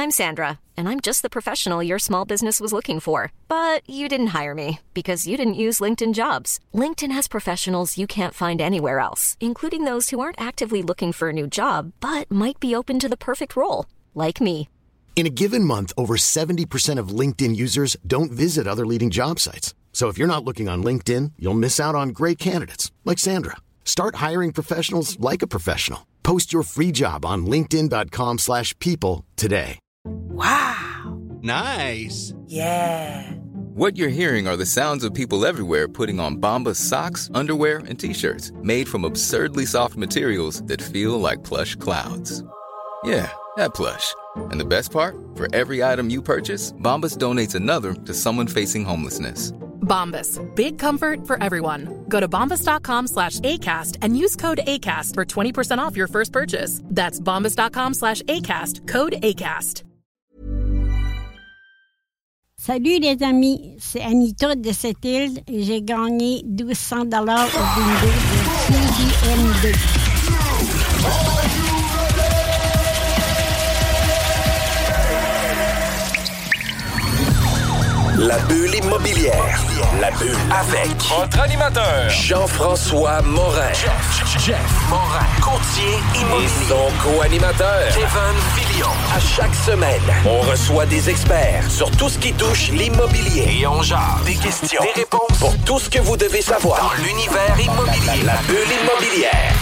I'm Sandra, and I'm just the professional your small business was looking for. But you didn't hire me because you didn't use LinkedIn Jobs. LinkedIn has professionals you can't find anywhere else, including those who aren't actively looking for a new job, but might be open to the perfect role, like me. In a given month, over 70% of LinkedIn users don't visit other leading job sites. So if you're not looking on LinkedIn, you'll miss out on great candidates like Sandra. Start hiring professionals like a professional. Post your free job on linkedin.com/people today. Wow. Nice. Yeah. What you're hearing are the sounds of people everywhere putting on Bombas socks, underwear, and T-shirts made from absurdly soft materials that feel like plush clouds. Yeah, that plush. And the best part? For every item you purchase, Bombas donates another to someone facing homelessness. Bombas. Big comfort for everyone. Go to bombas.com/ACAST and use code ACAST for 20% off your first purchase. That's bombas.com/ACAST. Code ACAST. Salut les amis, c'est Anita de cette île et j'ai gagné 1200$ au bingo de CJMD. La bulle immobilière. La bulle avec votre animateur Jean-François Morin. Jeff Morin. Courtier immobilier. Et son co-animateur Kevin Filion. À chaque semaine, on reçoit des experts sur tout ce qui touche l'immobilier. Et on jase des questions, des réponses pour tout ce que vous devez savoir dans l'univers immobilier. La bulle immobilière.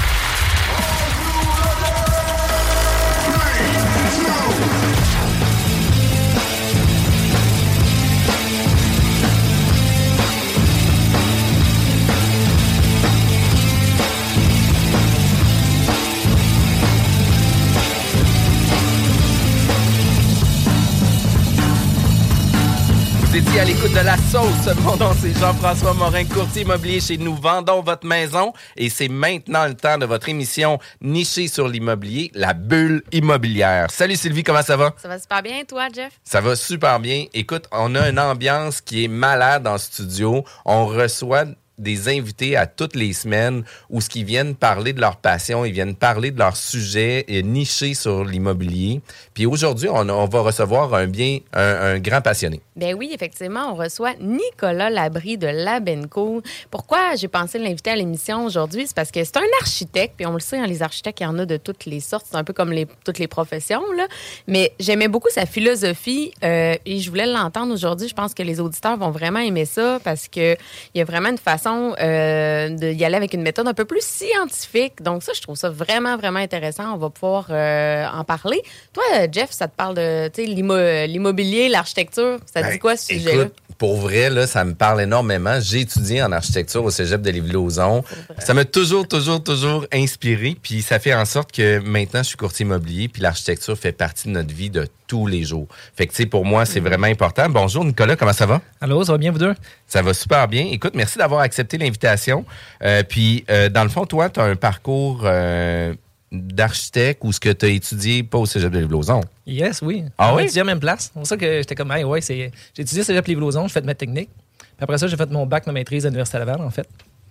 Vous étiez à l'écoute de La Sauce. Mon nom, c'est Jean-François Morin, courtier immobilier chez Nous Vendons Votre Maison. Et c'est maintenant le temps de votre émission nichée sur l'immobilier, La Bulle Immobilière. Salut Sylvie, comment ça va? Ça va super bien, toi, Jeff? Ça va super bien. Écoute, on a une ambiance qui est malade en studio. On reçoit des invités à toutes les semaines où ce qu'ils viennent parler de leur passion, ils viennent parler de leur sujet niché sur l'immobilier. Puis aujourd'hui, on va recevoir un grand passionné. Ben oui, effectivement, on reçoit Nicolas Labrie de Labenco. Pourquoi j'ai pensé l'inviter à l'émission aujourd'hui? C'est parce que c'est un architecte, puis on le sait, hein, les architectes, il y en a de toutes les sortes, c'est un peu comme toutes les professions, là. Mais j'aimais beaucoup sa philosophie et je voulais l'entendre aujourd'hui. Je pense que les auditeurs vont vraiment aimer ça parce qu'il y a vraiment une façon d'y aller avec une méthode un peu plus scientifique. Donc ça, je trouve ça vraiment, vraiment intéressant. On va pouvoir en parler. Toi, Jeff, ça te parle de l'immobilier, l'architecture. Ça te dit quoi, ce sujet-là? Écoute, pour vrai, là, ça me parle énormément. J'ai étudié en architecture au cégep de Lévis-Lauzon. Ça m'a toujours inspiré. Puis ça fait en sorte que maintenant, je suis courtier immobilier. Puis l'architecture fait partie de notre vie de tous les jours. Fait que, tu sais, pour moi, c'est vraiment important. Bonjour, Nicolas, comment ça va? Allô, ça va bien, vous deux? Ça va super bien. Écoute, merci d'avoir accepté l'invitation. Puis, dans le fond, toi, tu as un parcours d'architecte ou ce que tu as étudié pas au cégep de Lévis-Lauzon? Yes, oui. Ah oui? J'ai étudié à la même place. C'est pour ça que j'étais comme, hey, ouais, j'ai étudié au cégep de Lévis-Lauzon, j'ai fait maths technique. Puis après ça, j'ai fait mon bac de maîtrise à l'Université Laval, en fait.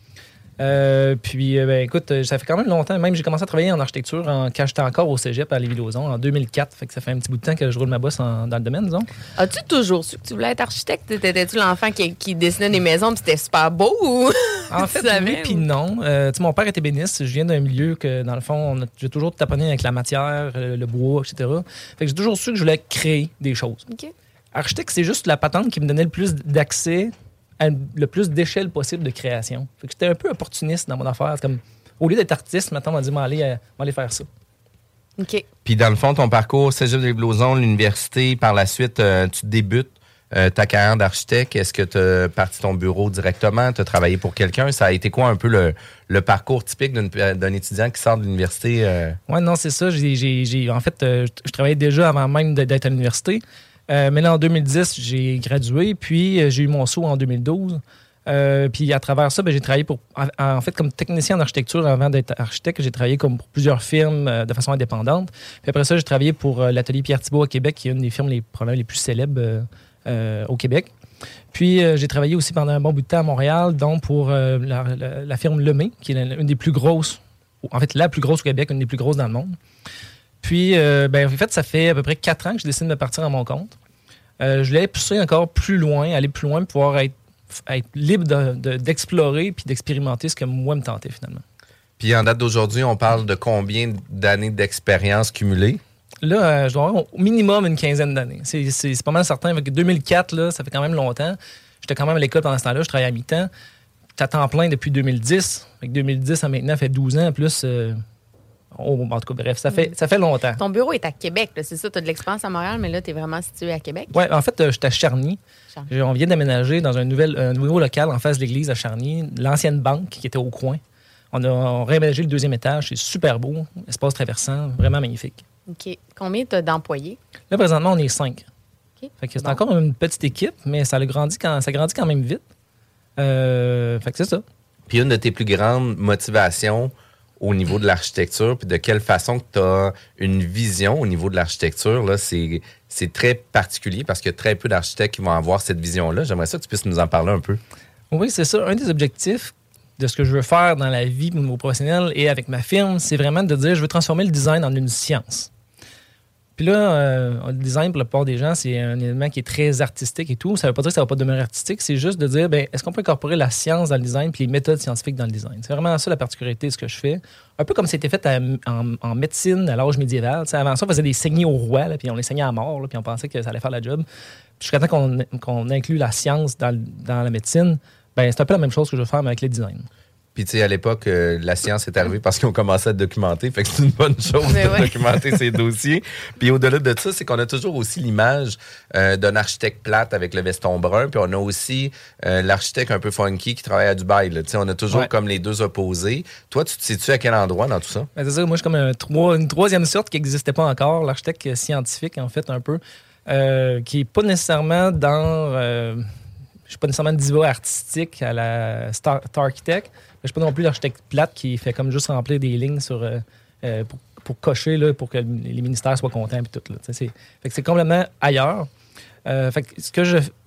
Écoute, ça fait quand même longtemps. Même j'ai commencé à travailler en architecture quand j'étais encore au cégep à Lévis-Lauzon en 2004. Fait que ça fait un petit bout de temps que je roule ma bosse dans le domaine, disons. As-tu toujours su que tu voulais être architecte? Étais-tu l'enfant qui dessinait des maisons puis c'était super beau? Ou... En fait, oui puis non. Mon père était ébéniste. Je viens d'un milieu que, dans le fond, j'ai toujours taponné avec la matière, le bois, etc. Fait que j'ai toujours su que je voulais créer des choses. Okay. Architecte, c'est juste la patente qui me donnait le plus d'accès le plus d'échelle possible de création. Fait que j'étais un peu opportuniste dans mon affaire. C'est comme, au lieu d'être artiste, maintenant, on m'a dit, m'en aller faire ça. OK. Puis dans le fond, ton parcours, cégep de Lévis-Lauzon, l'université, par la suite, tu débutes ta carrière d'architecte. Est-ce que tu as parti ton bureau directement? Tu as travaillé pour quelqu'un? Ça a été quoi un peu le parcours typique d'un étudiant qui sort de l'université? Oui, non, c'est ça. En fait, je travaillais déjà avant même d'être à l'université. Mais là, en 2010, j'ai gradué, puis j'ai eu mon saut en 2012. Puis à travers ça, j'ai travaillé en fait comme technicien en architecture avant d'être architecte. J'ai travaillé comme pour plusieurs firmes de façon indépendante. Puis après ça, j'ai travaillé pour l'atelier Pierre Thibault à Québec, qui est une des firmes probablement les plus célèbres au Québec. Puis j'ai travaillé aussi pendant un bon bout de temps à Montréal, donc pour la firme Lemay, qui est une des plus grosses, en fait la plus grosse au Québec, une des plus grosses dans le monde. Puis, en fait, ça fait à peu près 4 ans que je décide de me partir à mon compte. Je voulais pousser encore plus loin, aller plus loin, pouvoir être libre d'explorer puis d'expérimenter ce que moi me tentait finalement. Puis en date d'aujourd'hui, on parle de combien d'années d'expérience cumulée? Là, je dois avoir au minimum une 15aine d'années. C'est pas mal certain. Avec 2004, là, ça fait quand même longtemps. J'étais quand même à l'école pendant ce temps-là. Je travaillais à mi-temps. J'étais à temps plein depuis 2010. Avec 2010 à maintenant, ça fait 12 ans. En plus, en tout cas, bref, ça fait longtemps. Ton bureau est à Québec, là, c'est ça? Tu as de l'expérience à Montréal, mais là, tu es vraiment situé à Québec? Oui, en fait, j'étais à Charny. On vient d'aménager dans un nouveau local en face de l'église à Charny. L'ancienne banque qui était au coin. On a réaménagé le 2e étage. C'est super beau. Espace traversant. Vraiment magnifique. OK. Combien tu as d'employés? Là, présentement, on est 5. Okay. Fait que c'est encore une petite équipe, mais ça grandit quand même vite. Fait que c'est ça. Puis une de tes plus grandes motivations au niveau de l'architecture, puis de quelle façon que tu as une vision au niveau de l'architecture, là, c'est très particulier parce qu'il y a très peu d'architectes qui vont avoir cette vision-là. J'aimerais ça que tu puisses nous en parler un peu. Oui, c'est ça. Un des objectifs de ce que je veux faire dans la vie au niveau professionnel et avec ma firme, c'est vraiment de dire je veux transformer le design en une science. Puis là, le design, pour la plupart des gens, c'est un élément qui est très artistique et tout. Ça ne veut pas dire que ça ne va pas demeurer artistique. C'est juste de dire, est-ce qu'on peut incorporer la science dans le design puis les méthodes scientifiques dans le design? C'est vraiment ça la particularité de ce que je fais. Un peu comme c'était fait en médecine à l'âge médiéval. T'sais, avant ça, on faisait des saignées au roi, là, puis on les saignait à mort, là, puis on pensait que ça allait faire la job. Puis jusqu'à temps qu'on inclut la science dans la médecine, c'est un peu la même chose que je veux faire mais avec le design. Puis, tu sais, à l'époque, la science est arrivée parce qu'on commençait à documenter. Fait que c'est une bonne chose de documenter ces dossiers. Puis, au-delà de ça, c'est qu'on a toujours aussi l'image d'un architecte plate avec le veston brun. Puis, on a aussi l'architecte un peu funky qui travaille à Dubaï. Tu sais, on a toujours comme les deux opposés. Toi, tu te situes à quel endroit dans tout ça? C'est ça. Moi, je suis comme une troisième sorte qui n'existait pas encore. L'architecte scientifique, en fait, un peu, qui n'est pas nécessairement dans... je suis pas nécessairement diva artistique à la Star Architect. Je suis pas non plus l'architecte plate qui fait comme juste remplir des lignes pour cocher là, pour que les ministères soient contents et tout. Là. Fait que c'est complètement ailleurs. Fait que ce que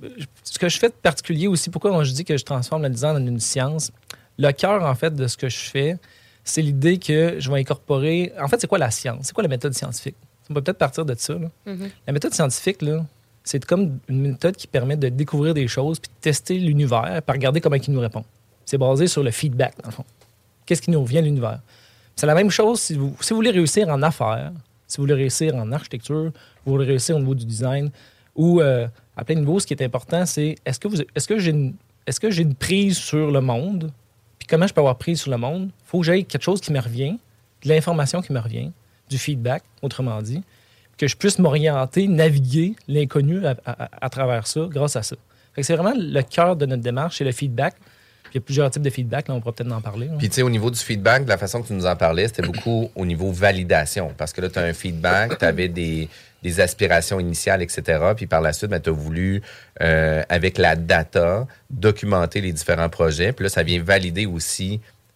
je fais de particulier aussi, pourquoi je dis que je transforme le design en une science, le cœur en fait de ce que je fais, c'est l'idée que je vais incorporer... En fait, c'est quoi la science? C'est quoi la méthode scientifique? On peut peut-être partir de ça. Là. Mm-hmm. La méthode scientifique, là, c'est comme une méthode qui permet de découvrir des choses puis de tester l'univers par regarder comment il nous répond. C'est basé sur le feedback, dans le fond. Qu'est-ce qui nous revient de l'univers? C'est la même chose si vous voulez réussir en affaires, si vous voulez réussir en architecture, vous voulez réussir au niveau du design, ou à plein de niveaux, ce qui est important, c'est est-ce que j'ai une prise sur le monde? Puis comment je peux avoir prise sur le monde? Il faut que j'aie quelque chose qui me revient, de l'information qui me revient, du feedback, autrement dit, que je puisse m'orienter, naviguer l'inconnu à travers ça, grâce à ça. Fait que c'est vraiment le cœur de notre démarche, c'est le feedback. Il y a plusieurs types de feedback, là, on pourra peut-être en parler. Hein. Puis, tu sais, au niveau du feedback, de la façon que tu nous en parlais, c'était beaucoup au niveau validation. Parce que là, tu as un feedback, tu avais des aspirations initiales, etc. Puis par la suite, tu as voulu, avec la data, documenter les différents projets. Puis là, ça vient valider aussi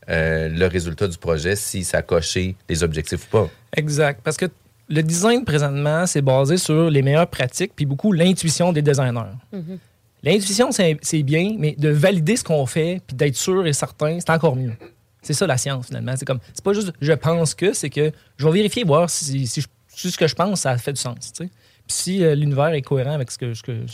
le résultat du projet, si ça a coché les objectifs ou pas. Exact. Parce que le design, présentement, c'est basé sur les meilleures pratiques puis beaucoup l'intuition des designers. Mm-hmm. L'intuition, c'est bien, mais de valider ce qu'on fait puis d'être sûr et certain, c'est encore mieux. C'est ça, la science, finalement. C'est pas juste « je pense que », c'est que je vais vérifier, voir si ce que je pense, ça fait du sens, tu sais. Puis si l'univers est cohérent avec ce que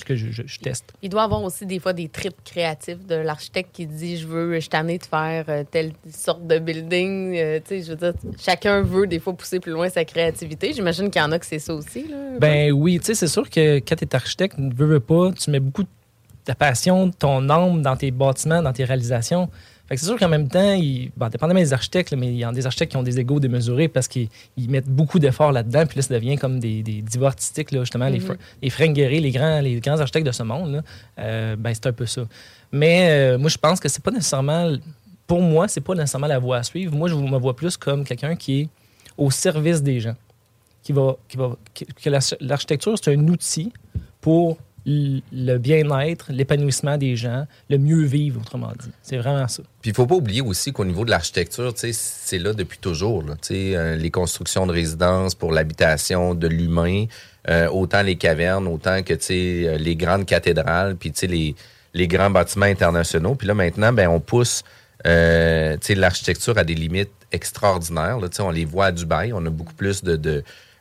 je teste. Il doit y avoir aussi des fois des trips créatifs de l'architecte qui dit « je suis tanné de faire telle sorte de building ». Tu sais, je veux dire, chacun veut des fois pousser plus loin sa créativité. J'imagine qu'il y en a que c'est ça aussi, là. Oui, tu sais, c'est sûr que quand tu es architecte, veux pas, tu mets beaucoup de ta passion, ton âme dans tes bâtiments, dans tes réalisations. Fait que c'est sûr qu'en même temps, dépendamment des architectes, là, mais il y a des architectes qui ont des égos démesurés parce qu'ils mettent beaucoup d'efforts là-dedans, puis là, ça devient comme des divas artistiques, là, justement, les Frank Gehry, les grands architectes de ce monde, là, c'est un peu ça. Mais moi, je pense que c'est pas nécessairement... Pour moi, c'est pas nécessairement la voie à suivre. Moi, je me vois plus comme quelqu'un qui est au service des gens. Que l'architecture, c'est un outil pour le bien-être, l'épanouissement des gens, le mieux vivre, autrement dit. C'est vraiment ça. Puis il ne faut pas oublier aussi qu'au niveau de l'architecture, c'est là depuis toujours. Là, les constructions de résidences pour l'habitation de l'humain, autant les cavernes, autant que les grandes cathédrales, puis les grands bâtiments internationaux. Puis là, maintenant, on pousse l'architecture à des limites extraordinaires. Là, on les voit à Dubaï. On a beaucoup plus de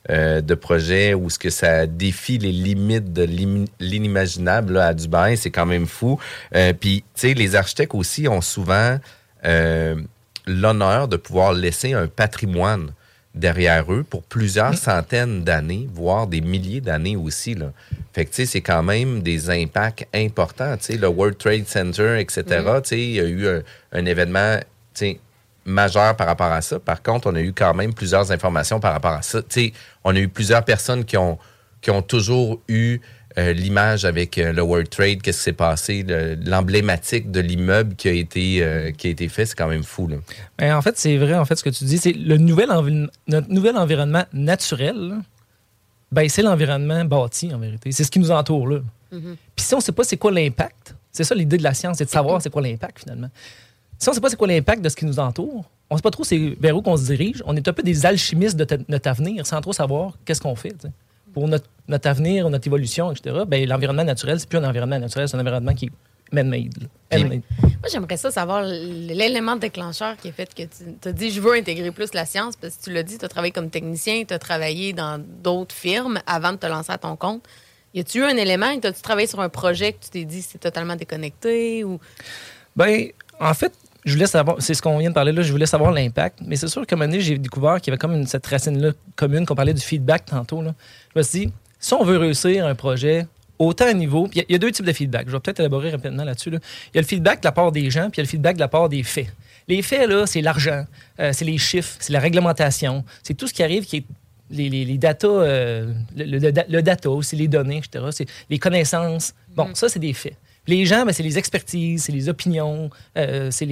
de projets où ce que ça défie les limites de l'inimaginable là, à Dubaï. C'est quand même fou. Puis, tu sais, les architectes aussi ont souvent l'honneur de pouvoir laisser un patrimoine derrière eux pour plusieurs centaines d'années, voire des milliers d'années aussi, là. Fait que, tu sais, c'est quand même des impacts importants. Tu sais, le World Trade Center, etc., tu sais, il y a eu un événement, tu sais, majeur par rapport à ça. Par contre, on a eu quand même plusieurs informations par rapport à ça. Tu sais, on a eu plusieurs personnes qui ont toujours eu l'image avec le World Trade, qu'est-ce qui s'est passé, l'emblématique de l'immeuble qui a été fait, c'est quand même fou, là. Ben, en fait, c'est vrai, en fait, ce que tu dis, c'est notre nouvel environnement naturel, là, ben, c'est l'environnement bâti, en vérité. C'est ce qui nous entoure, là. Puis si on ne sait pas c'est quoi l'impact, c'est ça l'idée de la science, c'est de savoir c'est quoi l'impact, finalement. Si on ne sait pas c'est quoi l'impact de ce qui nous entoure, on ne sait pas trop vers où qu'on se dirige, on est un peu des alchimistes de notre avenir, sans trop savoir qu'est-ce qu'on fait, t'sais. Pour notre avenir, notre évolution, etc., ben, l'environnement naturel, c'est plus un environnement naturel, c'est un environnement qui est man-made. Moi, j'aimerais ça savoir l'élément déclencheur qui a fait que tu t'as dit « je veux intégrer plus la science », parce que tu l'as dit, tu as travaillé comme technicien, tu as travaillé dans d'autres firmes avant de te lancer à ton compte. Y a-tu eu un élément, as-tu travaillé sur un projet que tu t'es dit c'est totalement déconnecté? Ou... Ben, en fait, je voulais savoir, c'est ce qu'on vient de parler là, je voulais savoir l'impact, mais c'est sûr qu'à un moment donné, j'ai découvert qu'il y avait comme cette racine-là commune, qu'on parlait du feedback tantôt, là. Je me suis dit, si on veut réussir un projet, autant à niveau, il y a deux types de feedback, je vais peut-être élaborer rapidement là-dessus, là. Il y a le feedback de la part des gens, puis il y a le feedback de la part des faits. Les faits, là, c'est l'argent, c'est les chiffres, c'est la réglementation, c'est tout ce qui arrive qui est les data, le data, c'est les données, etc., c'est les connaissances. Bon, ça, c'est des faits. Les gens, ben, c'est les expertises, c'est les opinions, c'est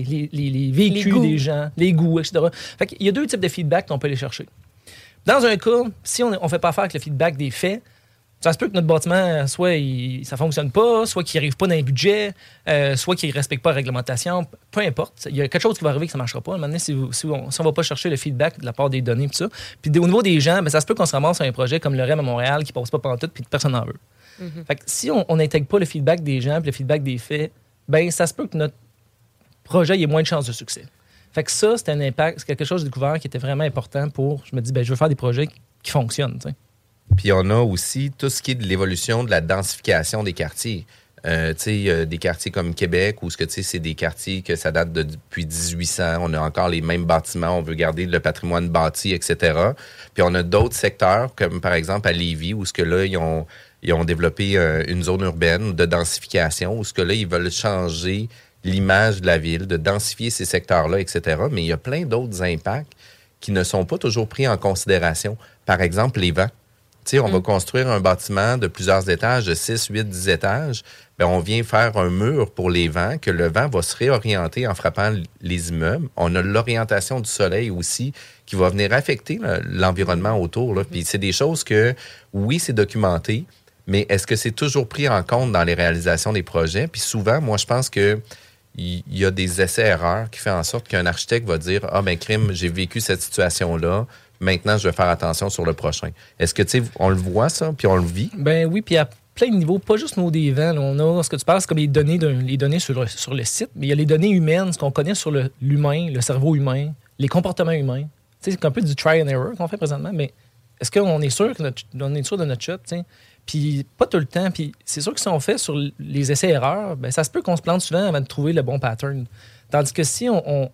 les vécus des gens, les goûts, etc. Fait qu'il y a deux types de feedback qu'on peut aller chercher. Dans un cas, si on ne fait pas affaire avec le feedback des faits, ça se peut que notre bâtiment, soit ça ne fonctionne pas, soit qu'il n'arrive pas dans les budgets, soit qu'il ne respecte pas la réglementation, peu importe. Il y a quelque chose qui va arriver que ça ne marchera pas. Maintenant, si on ne va pas chercher le feedback de la part des données, tout ça. Puis au niveau des gens, ben, ça se peut qu'on se ramasse sur un projet comme le REM à Montréal qui ne passe pas pantoute puis personne n'en veut. Fait que si on n'intègre pas le feedback des gens et le feedback des faits, ben ça se peut que notre projet ait moins de chances de succès. Fait que ça, c'est un impact, c'est quelque chose de découvert qui était vraiment important pour... Je me dis, ben je veux faire des projets qui fonctionnent, t'sais. Puis on a aussi tout ce qui est de l'évolution de la densification des quartiers. Tu sais, des quartiers comme Québec, où c'est des quartiers que ça date depuis 1800. On a encore les mêmes bâtiments, on veut garder le patrimoine bâti, etc. Puis on a d'autres secteurs, comme par exemple à Lévis, où ce que là, ils ont développé une zone urbaine de densification, où ce que là, ils veulent changer l'image de la ville, de densifier ces secteurs-là, etc. Mais il y a plein d'autres impacts qui ne sont pas toujours pris en considération. Par exemple, les vents. Tu sais, on va construire un bâtiment de plusieurs étages, de 6, 8, 10 étages. Bien, on vient faire un mur pour les vents, que le vent va se réorienter en frappant les immeubles. On a l'orientation du soleil aussi qui va venir affecter l'environnement autour, là. Puis c'est des choses que, oui, c'est documenté, mais est-ce que c'est toujours pris en compte dans les réalisations des projets? Puis souvent, moi, je pense que il y a des essais-erreurs qui font en sorte qu'un architecte va dire « Ah, ben crime, j'ai vécu cette situation-là. Maintenant, je vais faire attention sur le prochain. » Est-ce que, tu sais, on le voit, ça, puis on le vit? Ben oui, puis à plein de niveaux, pas juste nos des vents. Là, on a ce que tu parles, c'est comme les données sur le site, mais il y a les données humaines, ce qu'on connaît sur l'humain, le cerveau humain, les comportements humains. Tu sais, c'est un peu du try and error qu'on fait présentement, mais est-ce qu'on est sûr de notre shot, tu sais? Puis pas tout le temps. Puis c'est sûr que si on fait sur les essais-erreurs, ben ça se peut qu'on se plante souvent avant de trouver le bon pattern. Tandis que si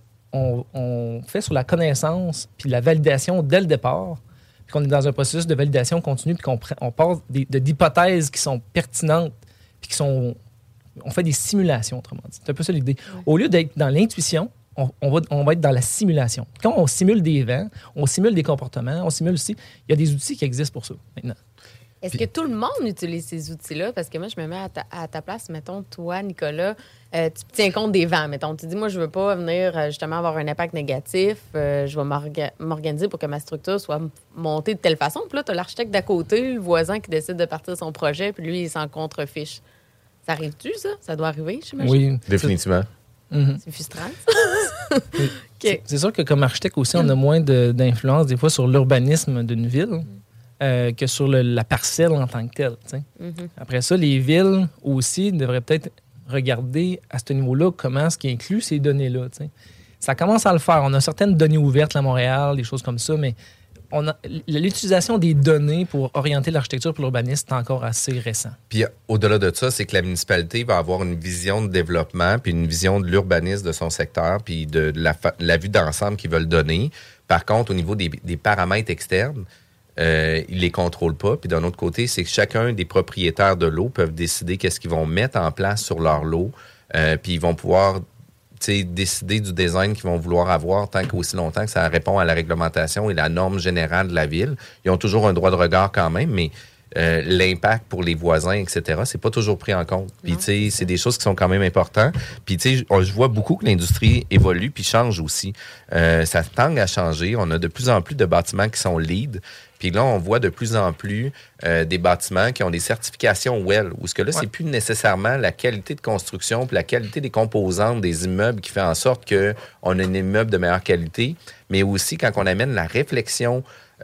on fait sur la connaissance puis la validation dès le départ, puis qu'on est dans un processus de validation continue, puis qu'on part d'hypothèses qui sont pertinentes, puis on fait des simulations, autrement dit. C'est un peu ça l'idée. Ouais. Au lieu d'être dans l'intuition, on va être dans la simulation. Quand on simule des vents, on simule des comportements, on simule aussi... Il y a des outils qui existent pour ça, maintenant. Est-ce que tout le monde utilise ces outils-là? Parce que moi, je me mets à ta place, mettons, toi, Nicolas, tu tiens compte des vents, mettons. Tu dis, moi, je veux pas venir justement avoir un impact négatif. Je vais m'organiser pour que ma structure soit montée de telle façon. Puis là, tu as l'architecte d'à côté, le voisin qui décide de partir son projet, puis lui, il s'en contrefiche. Ça arrive-tu, ça? Ça doit arriver, j'imagine? Oui, définitivement. C'est frustrant, ça? Okay. C'est sûr que comme architecte aussi, on a moins d'influence des fois sur l'urbanisme d'une ville. Que sur la parcelle en tant que telle. Après ça, les villes aussi devraient peut-être regarder à ce niveau-là comment est-ce qu'ils incluent ces données-là. T'sais. Ça commence à le faire. On a certaines données ouvertes là, à Montréal, des choses comme ça, mais l'utilisation des données pour orienter l'architecture pour l'urbanisme est encore assez récent. Puis au-delà de ça, c'est que la municipalité va avoir une vision de développement puis une vision de l'urbanisme de son secteur puis de la vue d'ensemble qu'ils veulent donner. Par contre, au niveau des paramètres externes, ils les contrôlent pas. Puis d'un autre côté, c'est que chacun des propriétaires de l'eau peuvent décider qu'est-ce qu'ils vont mettre en place sur leur lot. Puis ils vont pouvoir décider du design qu'ils vont vouloir avoir tant qu'aussi longtemps que ça répond à la réglementation et la norme générale de la ville. Ils ont toujours un droit de regard quand même, mais l'impact pour les voisins, etc., c'est pas toujours pris en compte. Puis, tu sais, c'est des choses qui sont quand même importantes. Puis, tu sais, je vois beaucoup que l'industrie évolue puis change aussi. Ça tend à changer. On a de plus en plus de bâtiments qui sont LEED. Puis là, on voit de plus en plus des bâtiments qui ont des certifications WELL, où ce que là, c'est plus nécessairement la qualité de construction puis la qualité des composantes des immeubles qui fait en sorte qu'on a un immeuble de meilleure qualité, mais aussi quand on amène la réflexion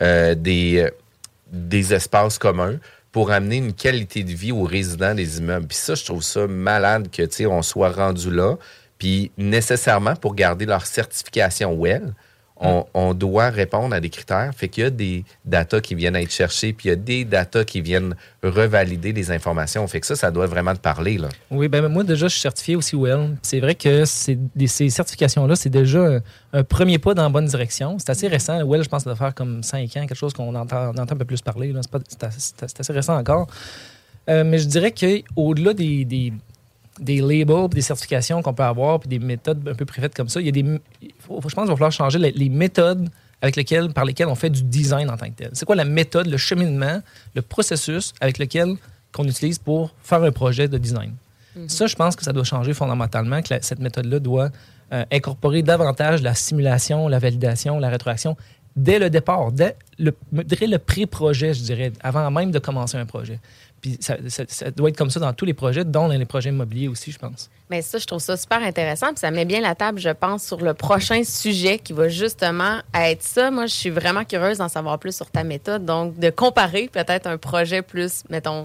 des espaces communs pour amener une qualité de vie aux résidents des immeubles. Puis ça, je trouve ça malade que, tu sais, on soit rendu là. Puis nécessairement, pour garder leur certification WELL, on doit répondre à des critères. Fait qu'il y a des datas qui viennent être cherchés, puis il y a des datas qui viennent revalider les informations. Fait que ça doit vraiment te parler, là. Oui, ben moi, déjà, je suis certifié aussi WELL. C'est vrai que ces certifications-là, c'est déjà un premier pas dans la bonne direction. C'est assez récent. WELL, je pense, ça doit faire comme 5 ans, quelque chose qu'on entend un peu plus parler. Là. C'est assez récent encore. Mais je dirais qu'au-delà des labels, des certifications qu'on peut avoir, puis des méthodes un peu préfaites comme ça, je pense qu'il va falloir changer les méthodes par lesquelles on fait du design en tant que tel. C'est quoi la méthode, le cheminement, le processus avec lequel qu'on utilise pour faire un projet de design? Mm-hmm. Ça, je pense que ça doit changer fondamentalement, que cette méthode-là doit incorporer davantage la simulation, la validation, la rétroaction dès le départ, dès le pré-projet, je dirais, avant même de commencer un projet. Puis ça doit être comme ça dans tous les projets, dont dans les projets immobiliers aussi, je pense. Bien, ça, je trouve ça super intéressant. Puis ça met bien la table, je pense, sur le prochain sujet qui va justement être ça. Moi, je suis vraiment curieuse d'en savoir plus sur ta méthode. Donc, de comparer peut-être un projet plus, mettons,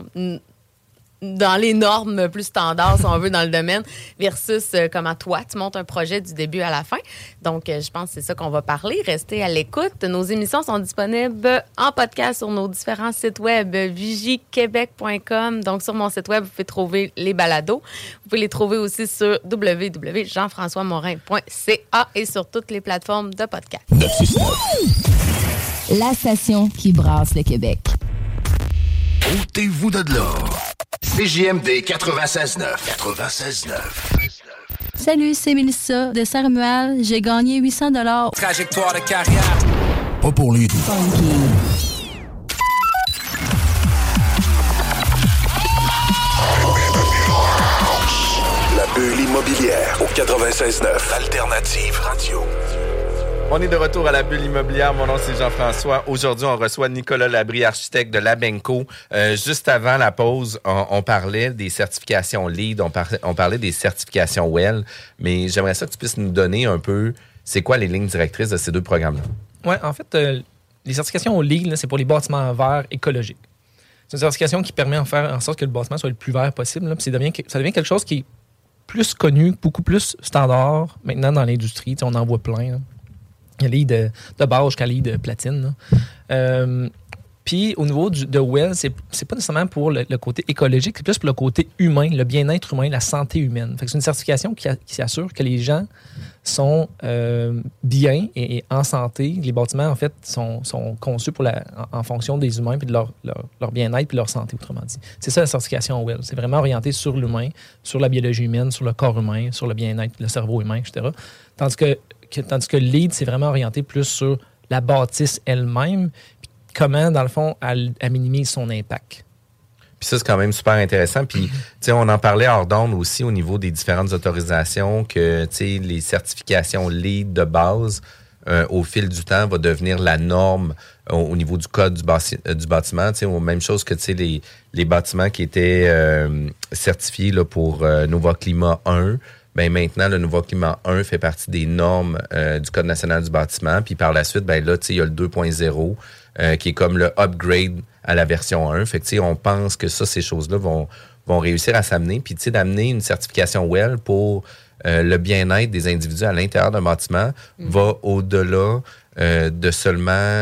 dans les normes plus standards, si on veut, dans le domaine, versus comment toi, tu montes un projet du début à la fin. Donc, je pense que c'est ça qu'on va parler. Restez à l'écoute. Nos émissions sont disponibles en podcast sur nos différents sites web, vigiequebec.com. Donc, sur mon site web, vous pouvez trouver les balados. Vous pouvez les trouver aussi sur www.jean-françois-morin.ca et sur toutes les plateformes de podcast. La station qui brasse le Québec. Ôtez-vous de l'or. CJMD 96.9. Salut, c'est Mélissa de Saint-Romuald. J'ai gagné 800 $. Trajectoire de carrière. Pas pour lui. La bulle immobilière au 96.9. Alternative Radio. On est de retour à la bulle immobilière. Mon nom, c'est Jean-François. Aujourd'hui, on reçoit Nicolas Labrie, architecte de l'Abenco. Juste avant la pause, on parlait des certifications LEED, on parlait des certifications WELL, mais j'aimerais ça que tu puisses nous donner un peu, c'est quoi les lignes directrices de ces deux programmes-là? Oui, en fait, les certifications LEED, là, c'est pour les bâtiments verts écologiques. C'est une certification qui permet de faire en sorte que le bâtiment soit le plus vert possible. Là, puis ça devient quelque chose qui est plus connu, beaucoup plus standard maintenant dans l'industrie. On en voit plein, là. Il y a l'IE de base jusqu'à l'IE de platine. Puis au niveau de WELL, c'est pas nécessairement pour le côté écologique, c'est plus pour le côté humain, le bien-être humain, la santé humaine. Fait que c'est une certification qui assure que les gens sont bien et en santé. Les bâtiments, en fait, sont conçus en fonction des humains puis de leur bien-être puis leur santé, autrement dit. C'est ça la certification WELL. C'est vraiment orienté sur l'humain, sur la biologie humaine, sur le corps humain, sur le bien-être, le cerveau humain, etc. Tandis que le LEED, c'est vraiment orienté plus sur la bâtisse elle-même, puis comment, dans le fond, elle minimise son impact. Puis ça, c'est quand même super intéressant. Puis, tu sais, on en parlait hors d'onde aussi au niveau des différentes autorisations que, tu sais, les certifications LEED de base, au fil du temps, va devenir la norme au niveau du code du bâtiment. Tu sais, même chose que, tu sais, les bâtiments qui étaient certifiés là, pour Nova Climat 1, ben maintenant, le Nouveau Climat 1 fait partie des normes du Code national du bâtiment. Puis par la suite, ben là, tu sais, il y a le 2.0 qui est comme le upgrade à la version 1. Fait que, tu sais, on pense que ces choses-là vont réussir à s'amener. Puis, tu sais, d'amener une certification WELL pour le bien-être des individus à l'intérieur d'un bâtiment va au-delà de seulement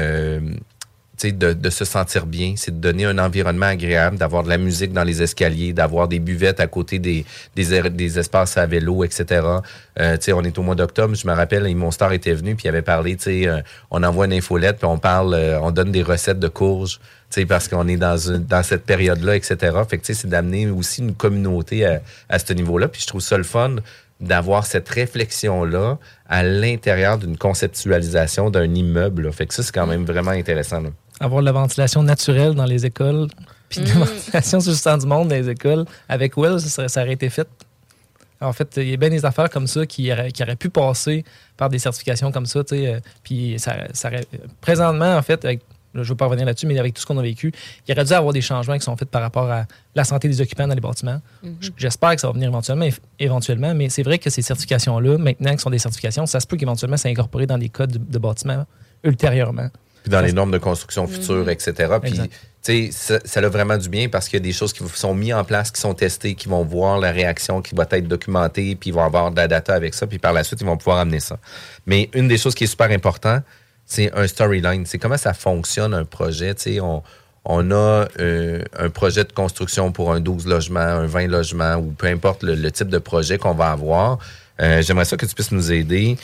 de se sentir bien, c'est de donner un environnement agréable, d'avoir de la musique dans les escaliers, d'avoir des buvettes à côté des espaces à vélo, etc. On est au mois d'octobre, je me rappelle, Monster était venu puis il avait parlé, on envoie une infolette puis on donne des recettes de courges, parce qu'on est dans cette période-là, etc. Fait que c'est d'amener aussi une communauté à ce niveau-là. Puis je trouve ça le fun d'avoir cette réflexion-là à l'intérieur d'une conceptualisation d'un immeuble. Là. Fait que ça, c'est quand même vraiment intéressant. Là. Avoir de la ventilation naturelle dans les écoles, puis de la ventilation sur le centre du monde dans les écoles. Avec Will, ça aurait été fait. En fait, il y a bien des affaires comme ça qui auraient pu passer par des certifications comme ça. Puis ça aurait, présentement, en fait, je ne veux pas revenir là-dessus, mais avec tout ce qu'on a vécu, il aurait dû avoir des changements qui sont faits par rapport à la santé des occupants dans les bâtiments. J'espère que ça va venir éventuellement, mais c'est vrai que ces certifications-là, maintenant qui sont des certifications, ça se peut qu'éventuellement ça soit incorporé dans des codes de bâtiments ultérieurement. Puis dans les normes de construction futures, etc. Puis, tu sais, ça a vraiment du bien parce qu'il y a des choses qui sont mises en place, qui sont testées, qui vont voir la réaction, qui va être documentée, puis ils vont avoir de la data avec ça, puis par la suite, ils vont pouvoir amener ça. Mais une des choses qui est super importante, c'est un storyline. C'est comment ça fonctionne un projet. Tu sais, on a un projet de construction pour un 12 logements, un 20 logements, ou peu importe le type de projet qu'on va avoir. J'aimerais ça que tu puisses nous aider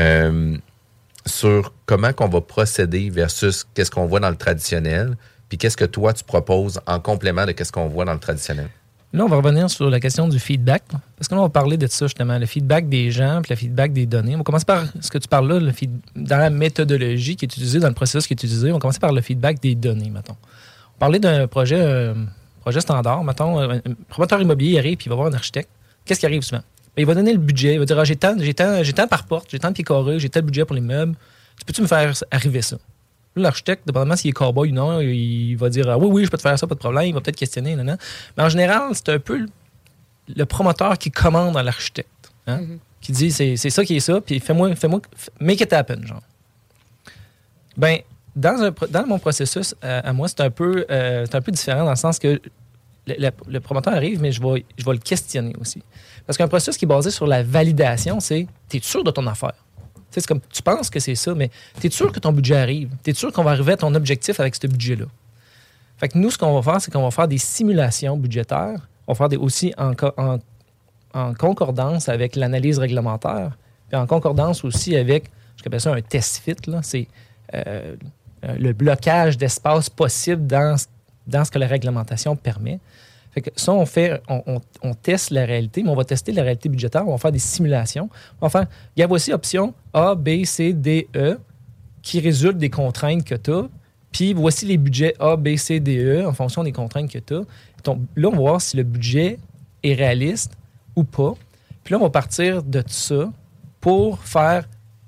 sur comment qu'on va procéder versus qu'est-ce qu'on voit dans le traditionnel, puis qu'est-ce que toi, tu proposes en complément de qu'est-ce qu'on voit dans le traditionnel. Là, on va revenir sur la question du feedback, parce que là, on va parler de ça, justement, le feedback des gens, puis le feedback des données. On va commencer par ce que tu parles là, dans la méthodologie qui est utilisée, dans le processus qui est utilisé. On va commencer par le feedback des données, mettons. On parlait d'un projet standard, mettons, un promoteur immobilier arrive, puis il va voir un architecte. Qu'est-ce qui arrive souvent? Il va donner le budget, il va dire, j'ai tant par porte, j'ai tant de pieds carrés, j'ai tel budget pour les meubles. Peux-tu me faire arriver ça? Là, l'architecte, dépendamment s'il est cowboy ou non, il va dire, oui, je peux te faire ça, pas de problème. Il va peut-être questionner, non. Mais en général, c'est un peu le promoteur qui commande à l'architecte, qui dit, c'est ça qui est ça, puis fais-moi, make it happen, genre. Ben, dans mon processus, à moi, c'est un peu différent dans le sens que le promoteur arrive, mais je vais le questionner aussi. Parce qu'un processus qui est basé sur la validation, c'est t'es sûr de ton affaire. C'est comme tu penses que c'est ça, mais t'es sûr que ton budget arrive. T'es sûr qu'on va arriver à ton objectif avec ce budget-là. Fait que nous, ce qu'on va faire, c'est qu'on va faire des simulations budgétaires. On va faire aussi en concordance avec l'analyse réglementaire, puis en concordance aussi avec, je appelle ça un test fit, là. C'est le blocage d'espace possible dans ce que la réglementation permet. Fait que ça, on teste la réalité, mais on va tester la réalité budgétaire, on va faire des simulations. Il y a aussi option A, B, C, D, E qui résultent des contraintes que tu as. Puis voici les budgets A, B, C, D, E en fonction des contraintes que tu as. Donc, là, on va voir si le budget est réaliste ou pas. Puis là, on va partir de tout ça pour faire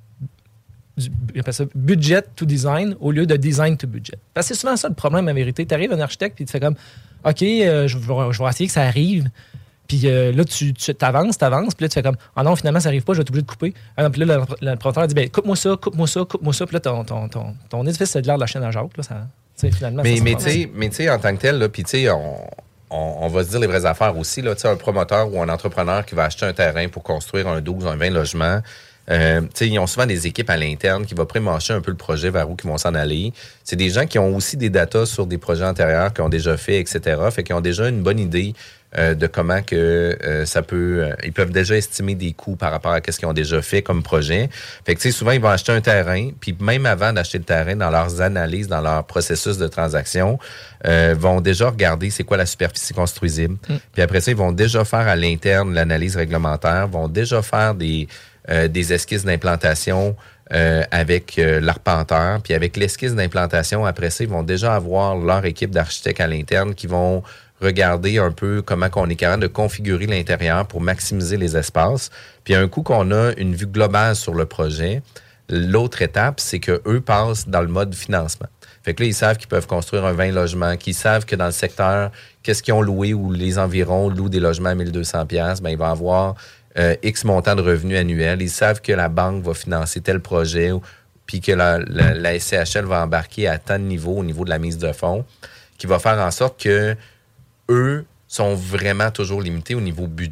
budget to design au lieu de design to budget. Parce que c'est souvent ça le problème, en vérité. Tu arrives un architecte et tu fais comme OK, je vais essayer que ça arrive. Puis là, tu t'avances, puis là, tu fais comme ah non, finalement, ça n'arrive pas, je vais être obligé de couper. Puis là, le promoteur dit coupe-moi ça. Puis là, ton édifice, c'est de l'air de la chaîne à Jacques. Là, ça, finalement, mais tu sais, en tant que tel, puis tu sais, on va se dire les vraies affaires aussi. Là, un promoteur ou un entrepreneur qui va acheter un terrain pour construire un 12, un 20 logements. Ils ont souvent des équipes à l'interne qui vont pré-mâcher un peu le projet vers où ils vont s'en aller. C'est des gens qui ont aussi des datas sur des projets antérieurs qu'ils ont déjà fait, etc. Fait qu'ils ont déjà une bonne idée de comment que ça peut... ils peuvent déjà estimer des coûts par rapport à ce qu'ils ont déjà fait comme projet. Fait que souvent, ils vont acheter un terrain, puis même avant d'acheter le terrain, dans leurs analyses, dans leur processus de transaction, vont déjà regarder c'est quoi la superficie construisible. Puis après ça, ils vont déjà faire à l'interne l'analyse réglementaire, vont déjà faire des esquisses d'implantation avec l'arpenteur. Puis avec l'esquisse d'implantation, après ça, ils vont déjà avoir leur équipe d'architectes à l'interne qui vont regarder un peu comment on est capable de configurer l'intérieur pour maximiser les espaces. Puis un coup qu'on a une vue globale sur le projet, l'autre étape, c'est qu'eux passent dans le mode financement. Fait que là, ils savent qu'ils peuvent construire un 20 logements, qu'ils savent que dans le secteur, qu'est-ce qu'ils ont loué ou les environs louent des logements à 1200$, ben ils vont avoir X montant de revenus annuels. Ils savent que la banque va financer tel projet, puis que la SCHL va embarquer à tant de niveau, au niveau de la mise de fonds, qui va faire en sorte que eux sont vraiment toujours limités au niveau budget.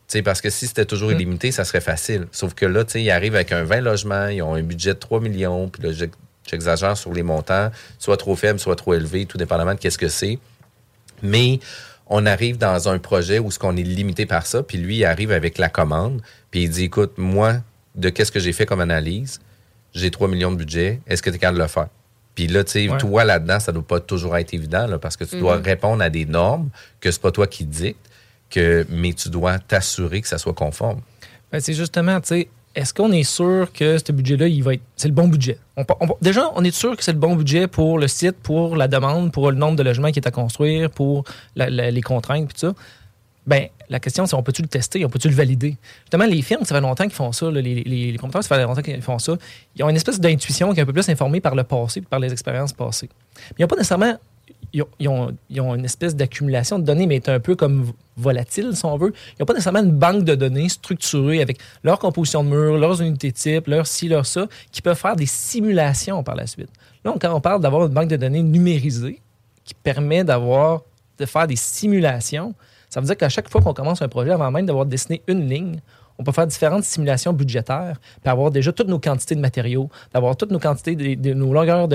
T'sais, parce que si c'était toujours illimité, ça serait facile. Sauf que là, ils arrivent avec un 20 logements, ils ont un budget de 3 millions, puis là, j'exagère sur les montants, soit trop faible, soit trop élevé, tout dépendamment de qu'est-ce que c'est. Mais on arrive dans un projet où on est limité par ça, puis lui, il arrive avec la commande, puis il dit, écoute, moi, de qu'est-ce que j'ai fait comme analyse, j'ai 3 millions de budget, est-ce que tu es capable de le faire? Puis là, tu sais, toi, là-dedans, ça ne doit pas toujours être évident, là, parce que tu dois répondre à des normes que c'est pas toi qui dictes, mais tu dois t'assurer que ça soit conforme. Ben, c'est justement, tu sais, est-ce qu'on est sûr que ce budget-là, c'est le bon budget? Déjà, on est sûr que c'est le bon budget pour le site, pour la demande, pour le nombre de logements qui est à construire, pour les contraintes, puis tout ça. Bien, la question, c'est on peut-tu le tester, on peut-tu le valider? Justement, les firmes, ça fait longtemps qu'ils font ça, là, les promoteurs, ça fait longtemps qu'ils font ça. Ils ont une espèce d'intuition qui est un peu plus informée par le passé, par les expériences passées. Mais ils n'ont pas nécessairement... Ils ont une espèce d'accumulation de données, mais est un peu comme volatile, si on veut. Ils n'ont pas nécessairement une banque de données structurée avec leur composition de mur, leurs unités type, leur ci, leur ça, qui peuvent faire des simulations par la suite. Là, quand on parle d'avoir une banque de données numérisée qui permet de faire des simulations, ça veut dire qu'à chaque fois qu'on commence un projet, avant même d'avoir dessiné une ligne, on peut faire différentes simulations budgétaires, puis avoir déjà toutes nos quantités de matériaux, d'avoir toutes nos quantités de nos longueurs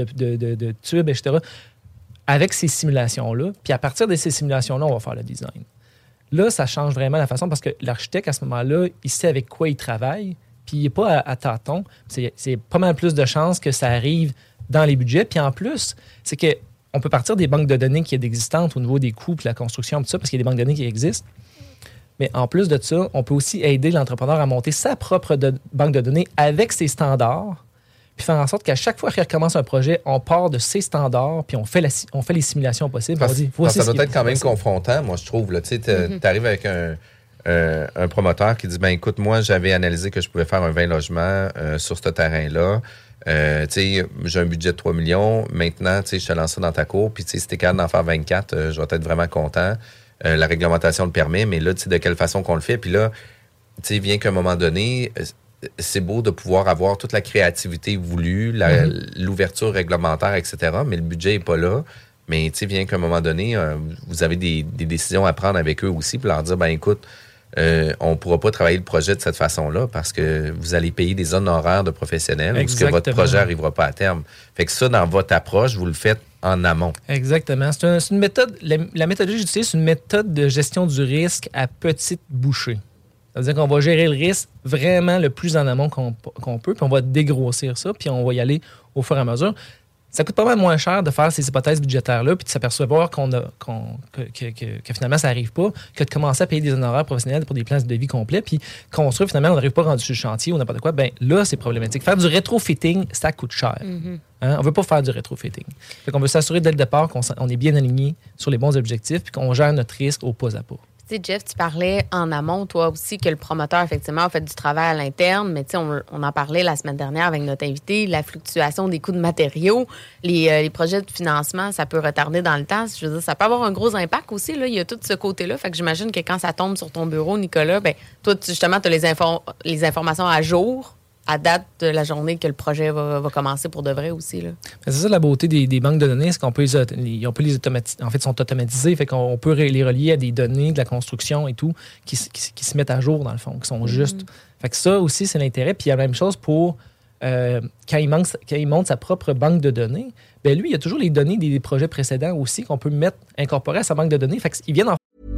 de tubes, etc., avec ces simulations-là. Puis à partir de ces simulations-là, on va faire le design. Là, ça change vraiment la façon parce que l'architecte, à ce moment-là, il sait avec quoi il travaille, puis il n'est pas à tâtons. C'est pas mal plus de chances que ça arrive dans les budgets. Puis en plus, c'est qu'on peut partir des banques de données qui sont existantes au niveau des coûts puis la construction, tout ça, parce qu'il y a des banques de données qui existent. Mais en plus de ça, on peut aussi aider l'entrepreneur à monter sa propre banque de données avec ses standards, puis faire en sorte qu'à chaque fois qu'il recommence un projet, on part de ces standards, puis on fait les simulations possibles. Parce que ça doit être quand même confrontant, moi, je trouve. Tu arrives avec un promoteur qui dit, ben écoute, moi, j'avais analysé que je pouvais faire un 20 logements sur ce terrain-là. J'ai un budget de 3 millions. Maintenant, je te lance ça dans ta cour, puis si t'es capable d'en faire 24, je vais être vraiment content. La réglementation le permet, mais là, de quelle façon qu'on le fait? Puis là, vient qu'à un moment donné... C'est beau de pouvoir avoir toute la créativité voulue, l'ouverture réglementaire, etc., mais le budget n'est pas là. Mais vient qu'à un moment donné, vous avez des décisions à prendre avec eux aussi pour leur dire, ben écoute, on ne pourra pas travailler le projet de cette façon-là parce que vous allez payer des honoraires de professionnels parce que votre projet n'arrivera pas à terme. Fait que ça, dans votre approche, vous le faites en amont. Exactement. C'est une méthode, la méthodologie que j'utilise, c'est une méthode de gestion du risque à petite bouchée. C'est-à-dire qu'on va gérer le risque vraiment le plus en amont qu'on peut, puis on va dégrossir ça, puis on va y aller au fur et à mesure. Ça coûte pas mal moins cher de faire ces hypothèses budgétaires-là, puis de s'apercevoir que finalement, ça n'arrive pas, que de commencer à payer des honoraires professionnels pour des plans de vie complets, puis construire, finalement, on n'arrive pas rendu sur le chantier ou n'importe quoi. Bien là, c'est problématique. Faire du rétrofitting, ça coûte cher. On ne veut pas faire du rétrofitting. Fait qu'on veut s'assurer dès le départ qu'on est bien aligné sur les bons objectifs, puis qu'on gère notre risque au pas à pas. Tu sais, Jeff, tu parlais en amont, toi aussi, que le promoteur, effectivement, a fait du travail à l'interne, mais tu sais, on en parlait la semaine dernière avec notre invité, la fluctuation des coûts de matériaux, les projets de financement, ça peut retarder dans le temps. Je veux dire, ça peut avoir un gros impact aussi, là. Il y a tout ce côté-là. Fait que j'imagine que quand ça tombe sur ton bureau, Nicolas, ben toi, justement, tu as les informations à jour, à date de la journée que le projet va commencer pour de vrai aussi, là. C'est ça la beauté des banques de données, c'est qu'on peut les automatiser. En fait, ils sont automatisés, fait qu'on peut les relier à des données de la construction et tout qui se mettent à jour, dans le fond, qui sont justes. Fait que ça aussi, c'est l'intérêt. Puis il y a la même chose pour quand il monte sa propre banque de données, bien lui, il y a toujours les données des projets précédents aussi qu'on peut incorporer à sa banque de données. Fait qu'ils viennent en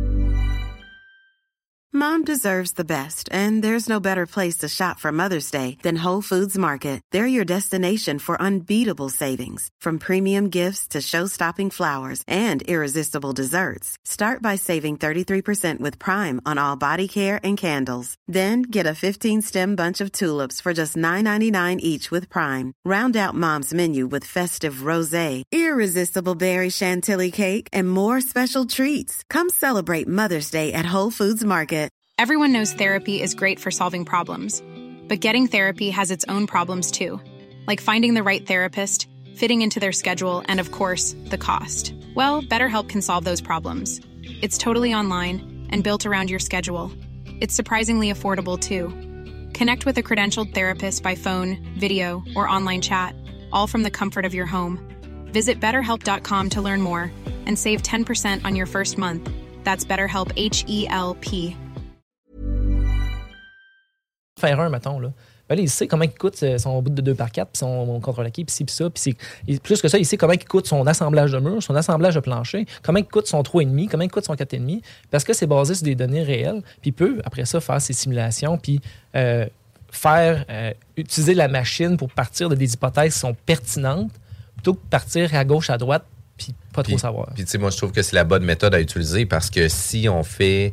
Mom deserves the best, and there's no better place to shop for Mother's Day than Whole Foods Market. They're your destination for unbeatable savings, from premium gifts to show-stopping flowers and irresistible desserts. Start by saving 33% with Prime on all body care and candles. Then get a 15-stem bunch of tulips for just $9.99 each with Prime. Round out Mom's menu with festive rosé, irresistible berry chantilly cake, and more special treats. Come celebrate Mother's Day at Whole Foods Market. Everyone knows therapy is great for solving problems, but getting therapy has its own problems too, like finding the right therapist, fitting into their schedule, and of course, the cost. Well, BetterHelp can solve those problems. It's totally online and built around your schedule. It's surprisingly affordable too. Connect with a credentialed therapist by phone, video, or online chat, all from the comfort of your home. Visit BetterHelp.com to learn more and save 10% on your first month. That's BetterHelp, H-E-L-P. faire un, mettons, là. Ben là, il sait comment il coûte son bout de 2x4, puis son contrôle acquis, puis ci, puis ça. Puis plus que ça, il sait comment il coûte son assemblage de mur, son assemblage de plancher, comment il coûte son 3,5, comment il coûte son 4,5, parce que c'est basé sur des données réelles. Puis il peut, après ça, faire ses simulations, puis utiliser la machine pour partir de des hypothèses qui sont pertinentes, plutôt que de partir à gauche, à droite, puis pas trop savoir. Puis tu sais, moi, je trouve que c'est la bonne méthode à utiliser, parce que si on fait...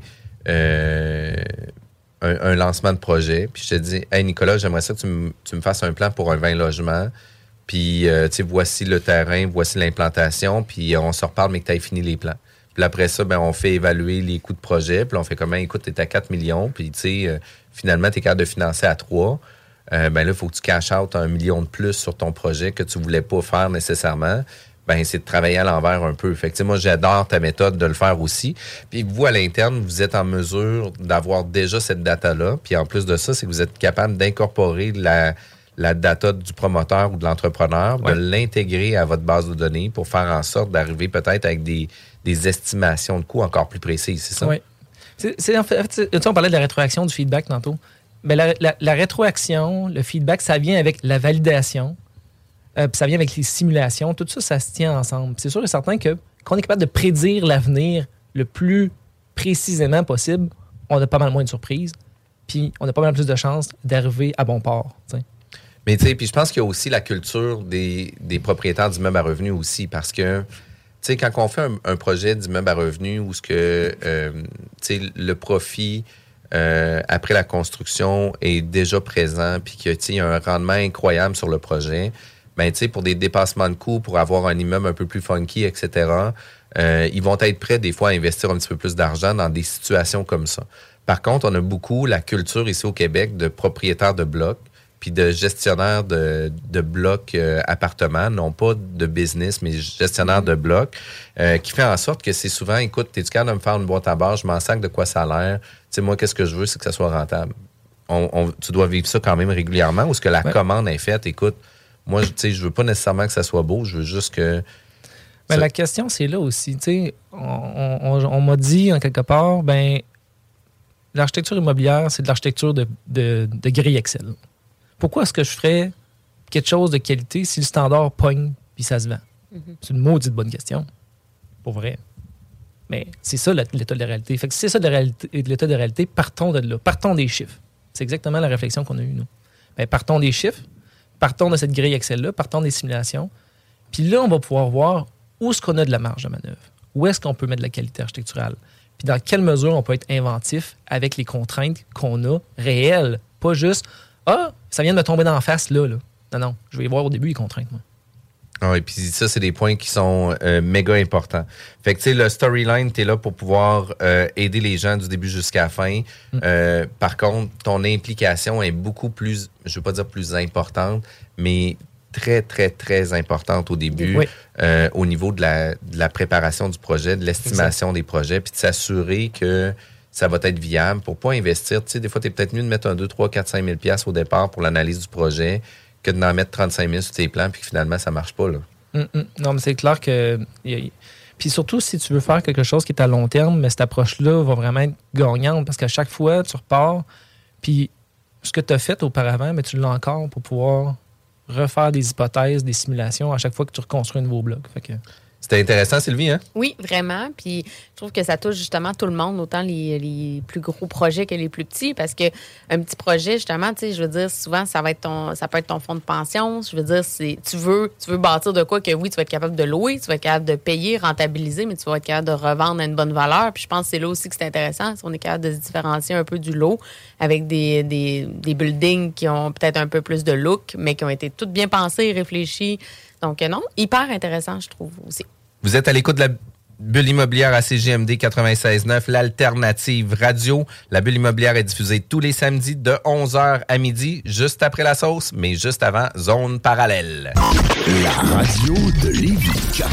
un lancement de projet, puis je te dis, hey Nicolas, j'aimerais ça que tu me fasses un plan pour un 20 logements, puis tu sais, voici le terrain, voici l'implantation, puis on se reparle, mais que tu aies fini les plans. Puis après ça, ben, on fait évaluer les coûts de projet, puis on fait comment, écoute, tu es à 4 millions, puis tu sais, finalement, tu es capable de financer à 3. Ben là, il faut que tu cash out 1 million de plus sur ton projet que tu voulais pas faire nécessairement. Ben, c'est de travailler à l'envers un peu. Fait que, moi, j'adore ta méthode de le faire aussi. Puis vous, à l'interne, vous êtes en mesure d'avoir déjà cette data-là. Puis en plus de ça, c'est que vous êtes capable d'incorporer la data du promoteur ou de l'entrepreneur, de l'intégrer à votre base de données pour faire en sorte d'arriver peut-être avec des estimations de coûts encore plus précises, c'est ça? Oui. En fait, on parlait de la rétroaction, du feedback tantôt. Mais la rétroaction, le feedback, ça vient avec la validation. Puis ça vient avec les simulations. Tout ça, ça se tient ensemble. Puis c'est sûr et certain qu'on est capable de prédire l'avenir le plus précisément possible, on a pas mal moins de surprises. Puis on a pas mal plus de chances d'arriver à bon port. T'sais. Mais tu sais, puis je pense qu'il y a aussi la culture des propriétaires d'immeubles à revenus aussi, parce que tu sais, quand on fait un projet d'immeuble à revenus où ce que tu sais, le profit après la construction est déjà présent, puis qu'il y a un rendement incroyable sur le projet, ben, tu sais, pour des dépassements de coûts, pour avoir un immeuble un peu plus funky, etc., ils vont être prêts des fois à investir un petit peu plus d'argent dans des situations comme ça. Par contre, on a beaucoup la culture ici au Québec de propriétaires de blocs, puis de gestionnaires de blocs appartements, non pas de business, mais gestionnaires de blocs, qui fait en sorte que c'est souvent, écoute, t'es-tu capable de me faire une boîte à barre, je m'en sac de quoi ça a l'air, tu sais, moi, qu'est-ce que je veux, c'est que ça soit rentable. Tu dois vivre ça quand même régulièrement, ou est-ce que la commande est faite, écoute, moi, tu sais, je veux pas nécessairement que ça soit beau, je veux juste que... Ben, la question, c'est là aussi. Tu sais, on m'a dit, en quelque part, ben l'architecture immobilière, c'est de l'architecture de grille Excel. Pourquoi est-ce que je ferais quelque chose de qualité si le standard pogne puis ça se vend? Mm-hmm. C'est une maudite bonne question. Pour vrai. Mais c'est ça l'état de la réalité. Fait que si c'est ça l'état de réalité, partons de là. Partons des chiffres. C'est exactement la réflexion qu'on a eue, nous. Ben, partons des chiffres. Partons de cette grille Excel-là, partons des simulations. Puis là, on va pouvoir voir où est-ce qu'on a de la marge de manœuvre. Où est-ce qu'on peut mettre de la qualité architecturale. Puis dans quelle mesure on peut être inventif avec les contraintes qu'on a réelles. Pas juste, ça vient de me tomber dans la face là. Non, je vais y voir au début les contraintes, moi. Ah oui, puis ça, c'est des points qui sont méga importants. Fait que, tu sais, le storyline, t'es là pour pouvoir aider les gens du début jusqu'à la fin. Par contre, ton implication est beaucoup plus, je veux pas dire plus importante, mais très, très, très importante au début, au niveau de la préparation du projet, de l'estimation des projets, puis de s'assurer que ça va être viable pour pas investir. Tu sais, des fois, t'es peut-être mieux de mettre 2, 3, 4, 5 000 $ au départ pour l'analyse du projet, que d'en mettre 35 000 sur tes plans, puis que finalement, ça marche pas, là. Non, mais c'est clair que... Puis surtout, si tu veux faire quelque chose qui est à long terme, mais cette approche-là va vraiment être gagnante, parce qu'à chaque fois, tu repars, puis ce que tu as fait auparavant, mais tu l'as encore pour pouvoir refaire des hypothèses, des simulations à chaque fois que tu reconstruis un nouveau bloc. Fait que... C'était intéressant, Sylvie, hein? Oui, vraiment. Puis je trouve que ça touche justement tout le monde, autant les plus gros projets que les plus petits, parce que un petit projet, justement, tu sais, je veux dire, souvent, ça peut être ton fonds de pension. Je veux dire, tu veux bâtir de quoi que oui, tu vas être capable de louer, tu vas être capable de payer, rentabiliser, mais tu vas être capable de revendre à une bonne valeur. Puis je pense que c'est là aussi que c'est intéressant, si on est capable de se différencier un peu du lot avec des buildings qui ont peut-être un peu plus de look, mais qui ont été toutes bien pensées, réfléchies. Donc, non, hyper intéressant, je trouve aussi. Vous êtes à l'écoute de la Bulle immobilière à CJMD 96.9, l'alternative radio. La Bulle immobilière est diffusée tous les samedis de 11h à midi, juste après la sauce, mais juste avant Zone Parallèle. La radio de Lévis.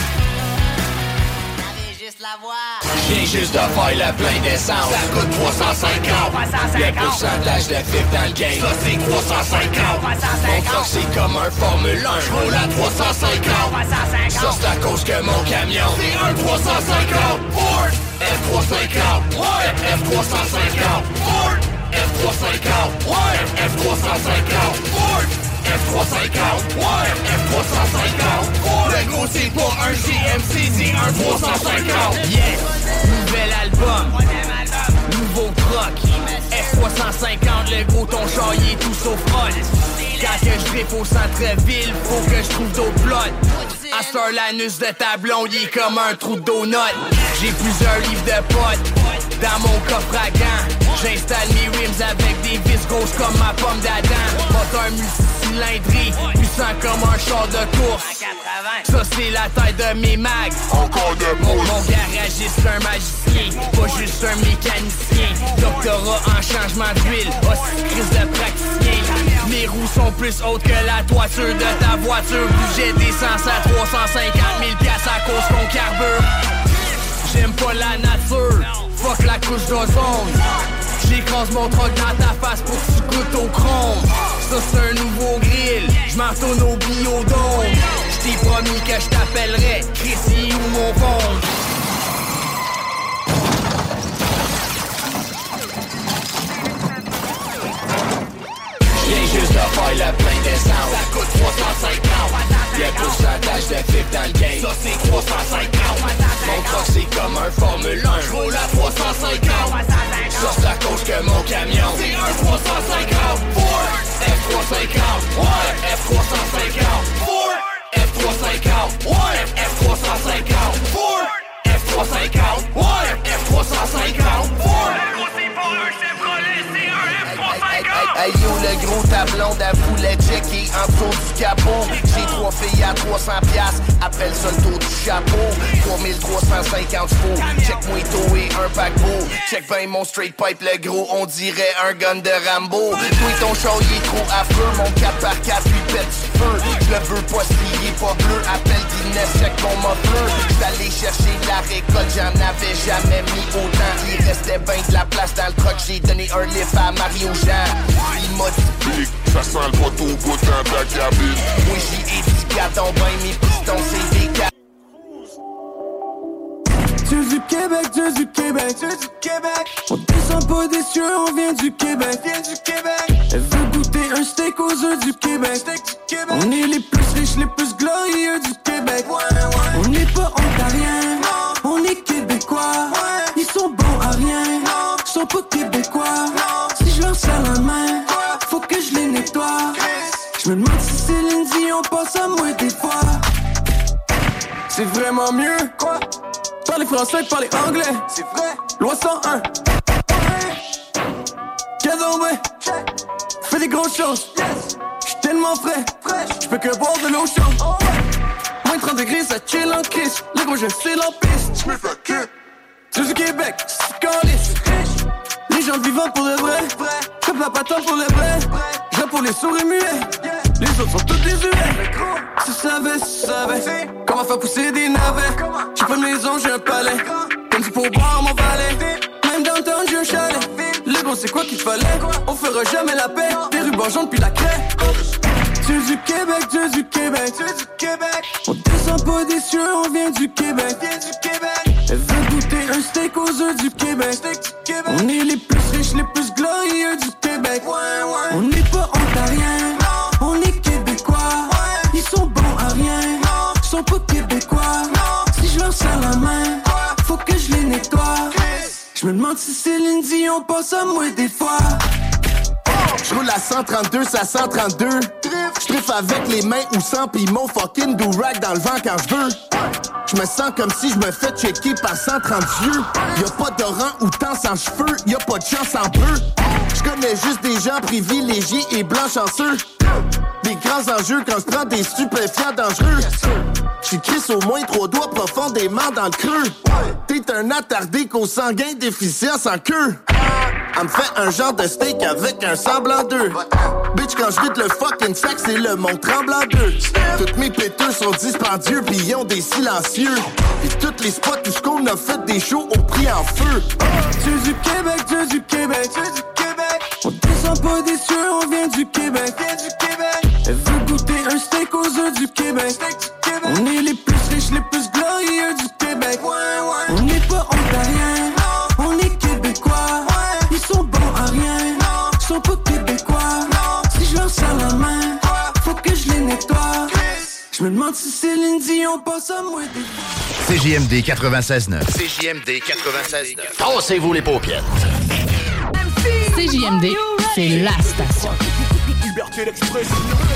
Viens juste de faire le plein d'essence. Ça coûte 350. Le pourcentage de FIP dans le game, ça c'est 350. Mon truck c'est comme un Formule 1. Je roule à 350. Ça c'est à cause que mon camion c'est un 350. Ford F350. Ouais, F350. Ford F350. F350, ouais, F350, Ford, F350, ouais, F350, Ford. Le gros c'est pas un GMC, c'est un 350. Yes, nouvel album, nouveau truck, F350, le gros ton char il est tout sauf hot. Quand que je drippe au centre-ville, faut que je trouve d'autres plots. À ce heure, l'anus de ta blonde, il est comme un trou de donut. J'ai plusieurs livres de potes dans mon coffre à gants. J'installe mes rims avec des vis grosses comme ma pomme d'Adam. Moteur multicylindré, puissant comme un char de course. Ça c'est la taille de mes mags. Encore de mon garagiste, un magicien, pas juste un mécanicien. Doctorat en changement d'huile, aussi crise de praticien. Mes roues sont plus hautes que la toiture de ta voiture. Budget d'essence à 350 000 $ à cause qu'on carbure. J'aime pas la nature, fuck la couche d'ozone. J'écrase mon truck dans ta face pour que tu goûtes au chrome. Ça c'est un nouveau grill, j'm'en retourne au biodôme. J't'ai promis que j't'appellerais Chrissy ou mon phone. Viens juste de faire le plein d'essence. Ça coûte 350. Y'a pourcentage de FIP dans le game. Ça c'est 350. Mon truck c'est comme un Formule 1. J'roule à 350. Ça c'est à cause que mon camion c'est un 350. Ford F350. Ouais, F350. Ford F350. Ouais, F350. Ford F350. Ouais, F350. Ford. C'est pas un Chevrolet, c'est un F350. Hey yo, le gros tablon d'avoue checké en dessous du capot. J'ai 3 filles à 300$, appelle ça le tour du chapeau. 3350 chevaux, check moi tôt et un paquebot. Check ben mon straight pipe, le gros, on dirait un gun de Rambo. Toi ton char il est trop affreux, mon 4x4 lui pète du feu. Je le veux pas s'il est pas bleu, appelle Guinness, check mon muffler. J'allais chercher de la récolte, j'en avais jamais mis autant. Il restait ben de la place dans le truck, j'ai donné un lift à Mario Jean. Il m'a dit big, ça sent le poteau au bout de la cabine. Oui j'ai éducat ton bain, mes pistons c'est des cas. Dieu du Québec, Dieu du Québec, Dieu du Québec. On descend pas des cieux, on vient du Québec, vient du Québec. Elle veut goûter un steak aux œufs du Québec, steak du Québec. On est les plus riches, les plus glorieux du Québec. On n'est pas ontariens, on est québécois. Ils sont bons à rien, ils sont pas québécois. Si je leur serre la main, faut que je les nettoie. Je me demande si Céline Dion pense à moi des fois. C'est vraiment mieux, quoi? Parler français, parler anglais, c'est vrai. Loi 101. Cadombe, fais des grosses choses. J'suis tellement frais, j'peux que boire de l'eau chaude. Moins 30 degrés, ça chill en crise. Le gros, je sais l'empiste. J'me fais que Dieu du Québec, c'est calice. Les gens vivants pour le vrai. Comme la patente pour le vrai. J'ai pour les souris muets. Les autres sont tous des huets. Si tu savais, comment faire pousser des navets. J'ai pas de maison, j'ai un palais. Comme du pourboire, mon valet. Même downtown, j'ai un chalet. Le gros, c'est quoi qu'il fallait. On fera jamais la paix. Des rubans jaunes puis la craie. Dieu du Québec, Dieu du Québec, Dieu du Québec. On descend pas des cieux, on vient du Québec, vient du Québec. Elle veut goûter un steak aux œufs du Québec, steak du Québec. On est les plus riches, les plus glorieux du Québec. On n'est pas ontariens, on est québécois. Ils sont bons à rien, ils sont pas québécois. Si je leur serre la main, faut que je les nettoie. Je me demande si Céline Dion pense à moi des fois. J'roule à 132, ça 132. J'triffe avec les mains ou sans pis mon fucking do-rag dans le vent quand j'veux. J'me sens comme si j'me fais checker par 130 yeux. Y'a pas de rang ou temps sans cheveux, y'a pas de chance en bleu. J'connais juste des gens privilégiés et blancs chanceux. Des grands enjeux quand j'prends des stupéfiants dangereux. J'suis crisse au moins 3 doigts profondément dans le creux. T'es un attardé qu'au sanguin déficient sans queue. Elle me fait un genre de steak avec un semblant d'œuf. Bitch, quand je vide le fucking sac, c'est le Mont Tremblant 2. Toutes mes péteux sont dispendieux, pis ils ont des silencieux. Pis toutes les spots où qu'on a fait des shows au prix en feu. Dieu du Québec, Dieu du Québec, Dieu du Québec. On descend pas des cieux, on vient du Québec, vient du Québec. Elle veut goûter un steak aux œufs du Québec, steak du Québec. On est les plus riches, les plus glorieux du Québec. On n'est pas ontariens, on est québécois. Ils sont bons à rien, Je me demande si Céline Dion pense à moi des fois. CJMD 96.9. CJMD 96.9. Tassez-vous les paupières. CJMD, c'est la station. Liberté d'expression.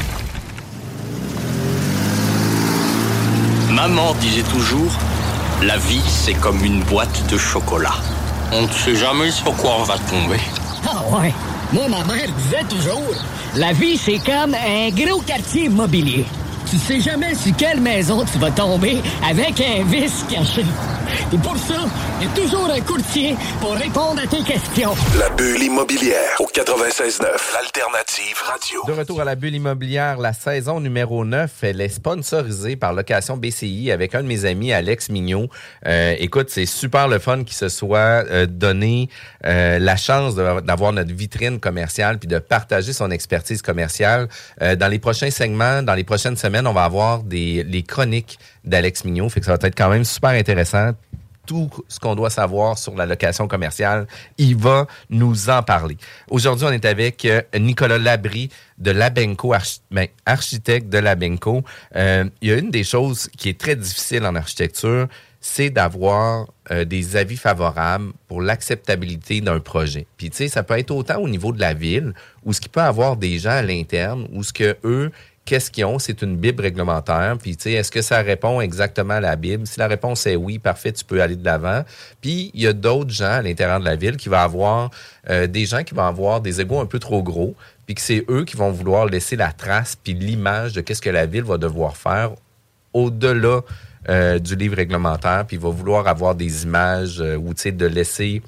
Maman disait toujours, la vie c'est comme une boîte de chocolat. On ne sait jamais sur quoi on va tomber. Ah ouais, moi ma mère disait toujours, la vie c'est comme un gros quartier immobilier. Tu sais jamais sur quelle maison tu vas tomber avec un vice caché. Et pour ça, il y a toujours un courtier pour répondre à tes questions. La bulle immobilière au 96.9, l'alternative radio. De retour à la bulle immobilière, la saison numéro 9, elle est sponsorisée par Location BCI avec un de mes amis, Alex Mignot. Écoute, c'est super le fun qu'il se soit donné la chance d'avoir notre vitrine commerciale puis de partager son expertise commerciale. Dans les prochains segments, dans les prochaines semaines, on va avoir les chroniques d'Alex Mignot. Fait que ça va être quand même super intéressant. Tout ce qu'on doit savoir sur la location commerciale, il va nous en parler. Aujourd'hui, on est avec Nicolas Labrie de Labenco, architecte de Labenco. Il y a une des choses qui est très difficile en architecture, c'est d'avoir des avis favorables pour l'acceptabilité d'un projet. Puis, tu sais, ça peut être autant au niveau de la ville, où ce qu'il peut avoir des gens à l'interne, où ce que eux, qu'est-ce qu'ils ont? C'est une Bible réglementaire. Puis, tu sais, est-ce que ça répond exactement à la Bible? Si la réponse est oui, parfait, tu peux aller de l'avant. Puis, il y a d'autres gens à l'intérieur de la ville qui vont avoir des gens qui vont avoir des égos un peu trop gros, puis que c'est eux qui vont vouloir laisser la trace puis l'image de qu'est-ce que la ville va devoir faire au-delà du livre réglementaire, puis il va vouloir avoir des images ou, tu sais, de laisser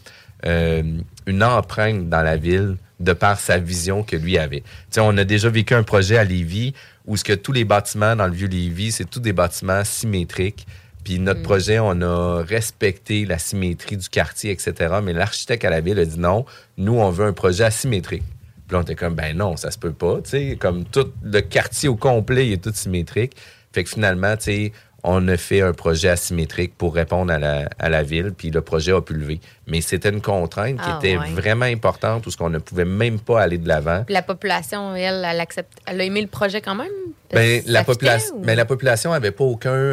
une empreinte dans la ville de par sa vision que lui avait. Tu sais, on a déjà vécu un projet à Lévis où ce que tous les bâtiments dans le vieux Lévis, c'est tous des bâtiments symétriques. Puis notre projet, on a respecté la symétrie du quartier, etc. Mais l'architecte à la ville a dit non, nous, on veut un projet asymétrique. Puis là, on était comme, ben non, ça se peut pas. Tu sais, comme tout le quartier au complet, il est tout symétrique. Fait que finalement, tu sais, on a fait un projet asymétrique pour répondre à la ville, puis le projet a pu lever. Mais c'était une contrainte qui était vraiment importante, où ce qu'on ne pouvait même pas aller de l'avant. Puis la population, elle accepte, elle a aimé le projet quand même? Ben, la population n'avait pas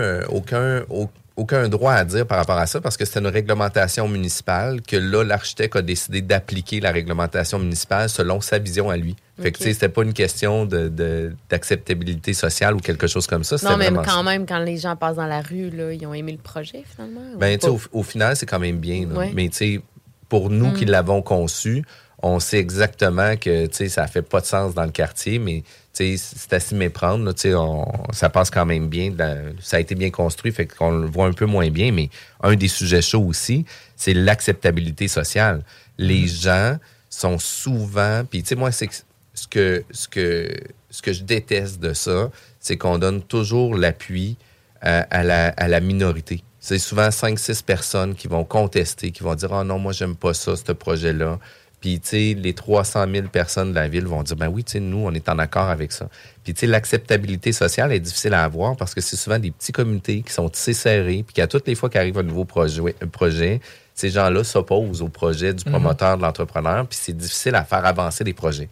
aucun droit à dire par rapport à ça, parce que c'était une réglementation municipale, que là, l'architecte a décidé d'appliquer la réglementation municipale selon sa vision à lui. Fait que, tu sais, c'était pas une question d'acceptabilité sociale ou quelque chose comme ça. Non, mais quand même, quand les gens passent dans la rue, là, ils ont aimé le projet, finalement. Ben, tu sais, au final, c'est quand même bien. Ouais. Mais, tu sais, pour nous qui l'avons conçu, on sait exactement que, tu sais, ça fait pas de sens dans le quartier, mais, tu sais, c'est à s'y méprendre, là, tu sais, ça passe quand même bien. Ça a été bien construit, fait qu'on le voit un peu moins bien, mais un des sujets chauds aussi, c'est l'acceptabilité sociale. Les gens sont souvent... Puis, tu sais, moi, c'est ce que je déteste de ça, c'est qu'on donne toujours l'appui à la minorité. C'est souvent 5-6 personnes qui vont contester, qui vont dire « Ah non, moi, j'aime pas ça, ce projet-là. » Puis, tu sais, les 300 000 personnes de la ville vont dire « Ben oui, tu sais, nous, on est en accord avec ça. » Puis, tu sais, l'acceptabilité sociale est difficile à avoir parce que c'est souvent des petits comités qui sont tissés serrés, puis qu'à toutes les fois qu'arrive un nouveau projet, ces gens-là s'opposent au projet du promoteur, de l'entrepreneur, puis c'est difficile à faire avancer les projets.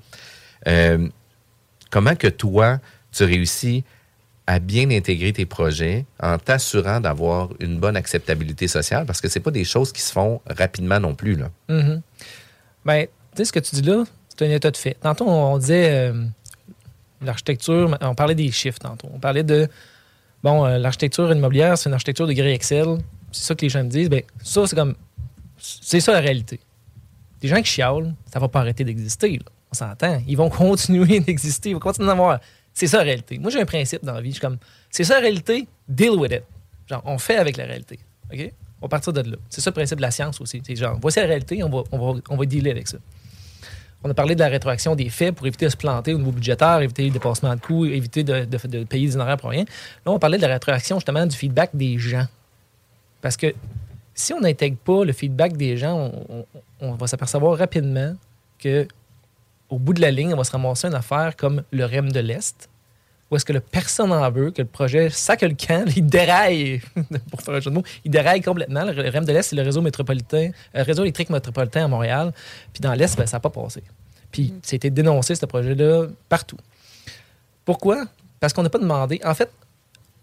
Comment que toi, tu réussis à bien intégrer tes projets en t'assurant d'avoir une bonne acceptabilité sociale? Parce que c'est pas des choses qui se font rapidement non plus, là. Mm-hmm. Bien, tu sais, ce que tu dis là, c'est un état de fait. Tantôt, on disait l'architecture, on parlait des chiffres tantôt. On parlait de, l'architecture immobilière, c'est une architecture de grille Excel. C'est ça que les gens me disent. Bien, ça, c'est ça la réalité. Les gens qui chialent, ça va pas arrêter d'exister, là. On s'entend. Ils vont continuer d'exister. Ils vont continuer d'en avoir. C'est ça la réalité. Moi, j'ai un principe dans la vie. Je suis comme, c'est ça la réalité, deal with it. Genre, on fait avec la réalité. OK? On va partir de là. C'est ça le principe de la science aussi. C'est genre, voici la réalité, on va dealer avec ça. On a parlé de la rétroaction des faits pour éviter de se planter au niveau budgétaire, éviter les dépassements de coûts, éviter de payer des honoraires pour rien. Là, on parlait de la rétroaction, justement, du feedback des gens. Parce que si on n'intègre pas le feedback des gens, on va s'apercevoir rapidement que au bout de la ligne, on va se ramasser une affaire comme le REM de l'Est, où est-ce que personne n'en veut, que le projet sac le camp, il déraille, pour faire un jeu de mots, il déraille complètement. Le REM de l'Est, c'est le réseau métropolitain, réseau électrique métropolitain à Montréal. Puis dans l'Est, ça n'a pas passé. Puis c'était dénoncé, ce projet-là, partout. Pourquoi? Parce qu'on n'a pas demandé. En fait,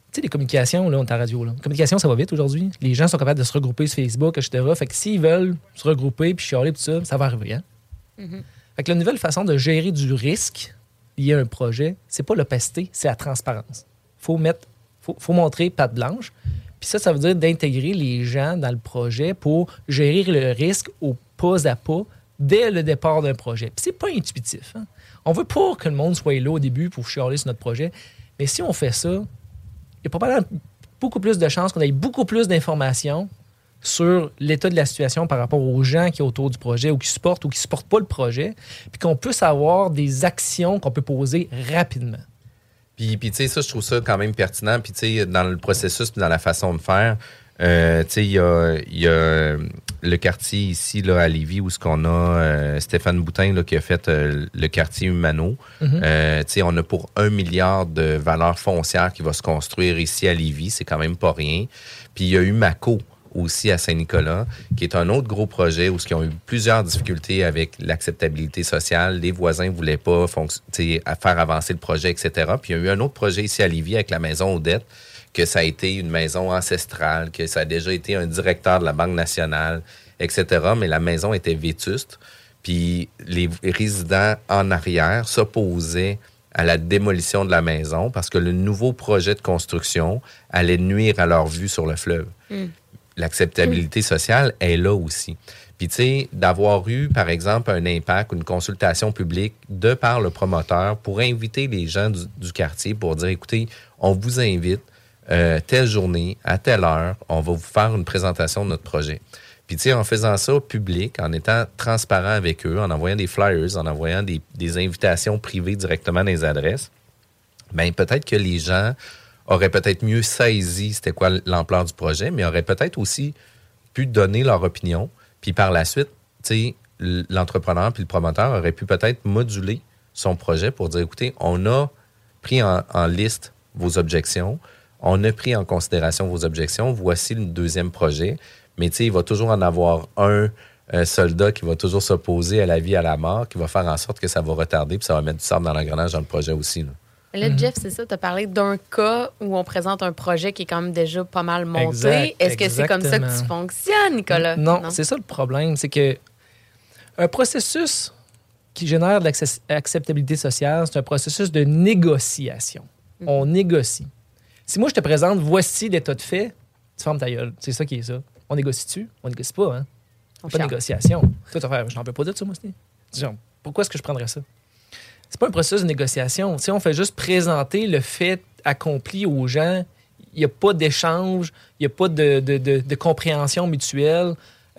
sais, les communications, là, on est à la radio. Là. Les communications, ça va vite aujourd'hui. Les gens sont capables de se regrouper sur Facebook, etc. Fait que s'ils veulent se regrouper puis chialer, tout ça, ça va arriver. Hein? Mm-hmm. Fait que la nouvelle façon de gérer du risque lié à un projet, c'est pas l'opacité, c'est la transparence. Faut montrer patte blanche. Puis ça veut dire d'intégrer les gens dans le projet pour gérer le risque au pas à pas dès le départ d'un projet. Puis c'est pas intuitif. Hein? On veut pas que le monde soit là au début pour chialer sur notre projet. Mais si on fait ça, il y a probablement beaucoup plus de chances qu'on ait beaucoup plus d'informations sur l'état de la situation par rapport aux gens qui sont autour du projet ou qui supportent ou qui ne supportent pas le projet, puis qu'on puisse avoir des actions qu'on peut poser rapidement. Puis tu sais, ça, je trouve ça quand même pertinent. Puis tu sais, dans le processus puis dans la façon de faire, tu sais, il y a le quartier ici, là, à Lévis, où on a Stéphane Boutin, là, qui a fait le quartier Humano. Mm-hmm. Tu sais, on a pour 1 milliard de valeur foncière qui va se construire ici à Lévis. C'est quand même pas rien. Puis il y a eu Maco aussi à Saint-Nicolas, qui est un autre gros projet où ils ont eu plusieurs difficultés avec l'acceptabilité sociale. Les voisins ne voulaient pas faire avancer le projet, etc. Puis il y a eu un autre projet ici à Lévis avec la maison Odette, que ça a été une maison ancestrale, que ça a déjà été un directeur de la Banque nationale, etc. Mais la maison était vétuste. Puis les résidents en arrière s'opposaient à la démolition de la maison parce que le nouveau projet de construction allait nuire à leur vue sur le fleuve. Mm. L'acceptabilité sociale est là aussi. Puis, tu sais, d'avoir eu, par exemple, un impact, une consultation publique de par le promoteur pour inviter les gens du quartier pour dire, écoutez, on vous invite telle journée, à telle heure, on va vous faire une présentation de notre projet. Puis, tu sais, en faisant ça public, en étant transparent avec eux, en envoyant des flyers, en envoyant des invitations privées directement dans les adresses, bien, peut-être que les gens auraient peut-être mieux saisi c'était quoi l'ampleur du projet, mais auraient peut-être aussi pu donner leur opinion. Puis par la suite, tu sais, l'entrepreneur puis le promoteur auraient pu peut-être moduler son projet pour dire, écoutez, on a pris en liste vos objections, on a pris en considération vos objections, voici le deuxième projet. Mais tu sais, il va toujours en avoir un soldat qui va toujours s'opposer à la vie, à la mort, qui va faire en sorte que ça va retarder puis ça va mettre du sable dans l'engrenage dans le projet aussi, là. Là, Jeff, c'est ça, tu as parlé d'un cas où on présente un projet qui est quand même déjà pas mal monté. Exact, Est-ce que c'est comme ça que tu fonctionnes, Nicolas? Non, c'est ça le problème. C'est que un processus qui génère de l'acceptabilité sociale, c'est un processus de négociation. Mm-hmm. On négocie. Si moi, je te présente, voici l'état de fait, tu fermes ta gueule. C'est ça qui est ça. On négocie-tu? On négocie pas, hein? Pas de négociation. Toi, tu vas faire, je n'en peux pas de ça, moi, genre, pourquoi est-ce que je prendrais ça? C'est pas un processus de négociation. Si on fait juste présenter le fait accompli aux gens, il n'y a pas d'échange, il n'y a pas de compréhension mutuelle.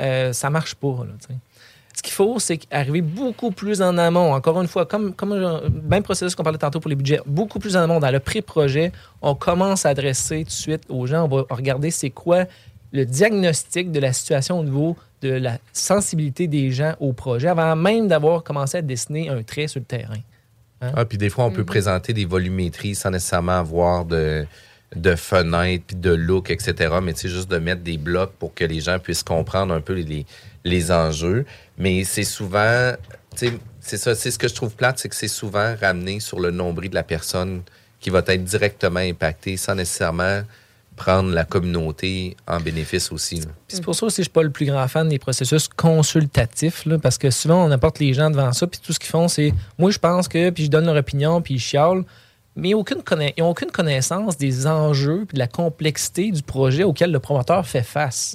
Ça marche pas. Là, t'sais. Ce qu'il faut, c'est arriver beaucoup plus en amont. Encore une fois, comme même processus qu'on parlait tantôt pour les budgets, beaucoup plus en amont. Dans le pré-projet, on commence à adresser tout de suite aux gens. On va regarder c'est quoi le diagnostic de la situation au niveau de la sensibilité des gens au projet avant même d'avoir commencé à dessiner un trait sur le terrain. Hein? Ah, puis des fois, on peut présenter des volumétries sans nécessairement avoir de fenêtres, puis de look, etc. Mais tu sais, juste de mettre des blocs pour que les gens puissent comprendre un peu les enjeux. Mais c'est souvent, tu sais, c'est ça, c'est ce que je trouve plate, c'est que c'est souvent ramené sur le nombril de la personne qui va être directement impactée sans nécessairement prendre la communauté en bénéfice aussi. C'est pour ça aussi que je ne suis pas le plus grand fan des processus consultatifs, là, parce que souvent, on apporte les gens devant ça, puis tout ce qu'ils font, c'est « moi, je pense que », puis je donne leur opinion, puis ils chialent, mais ils n'ont aucune connaissance des enjeux puis de la complexité du projet auquel le promoteur fait face.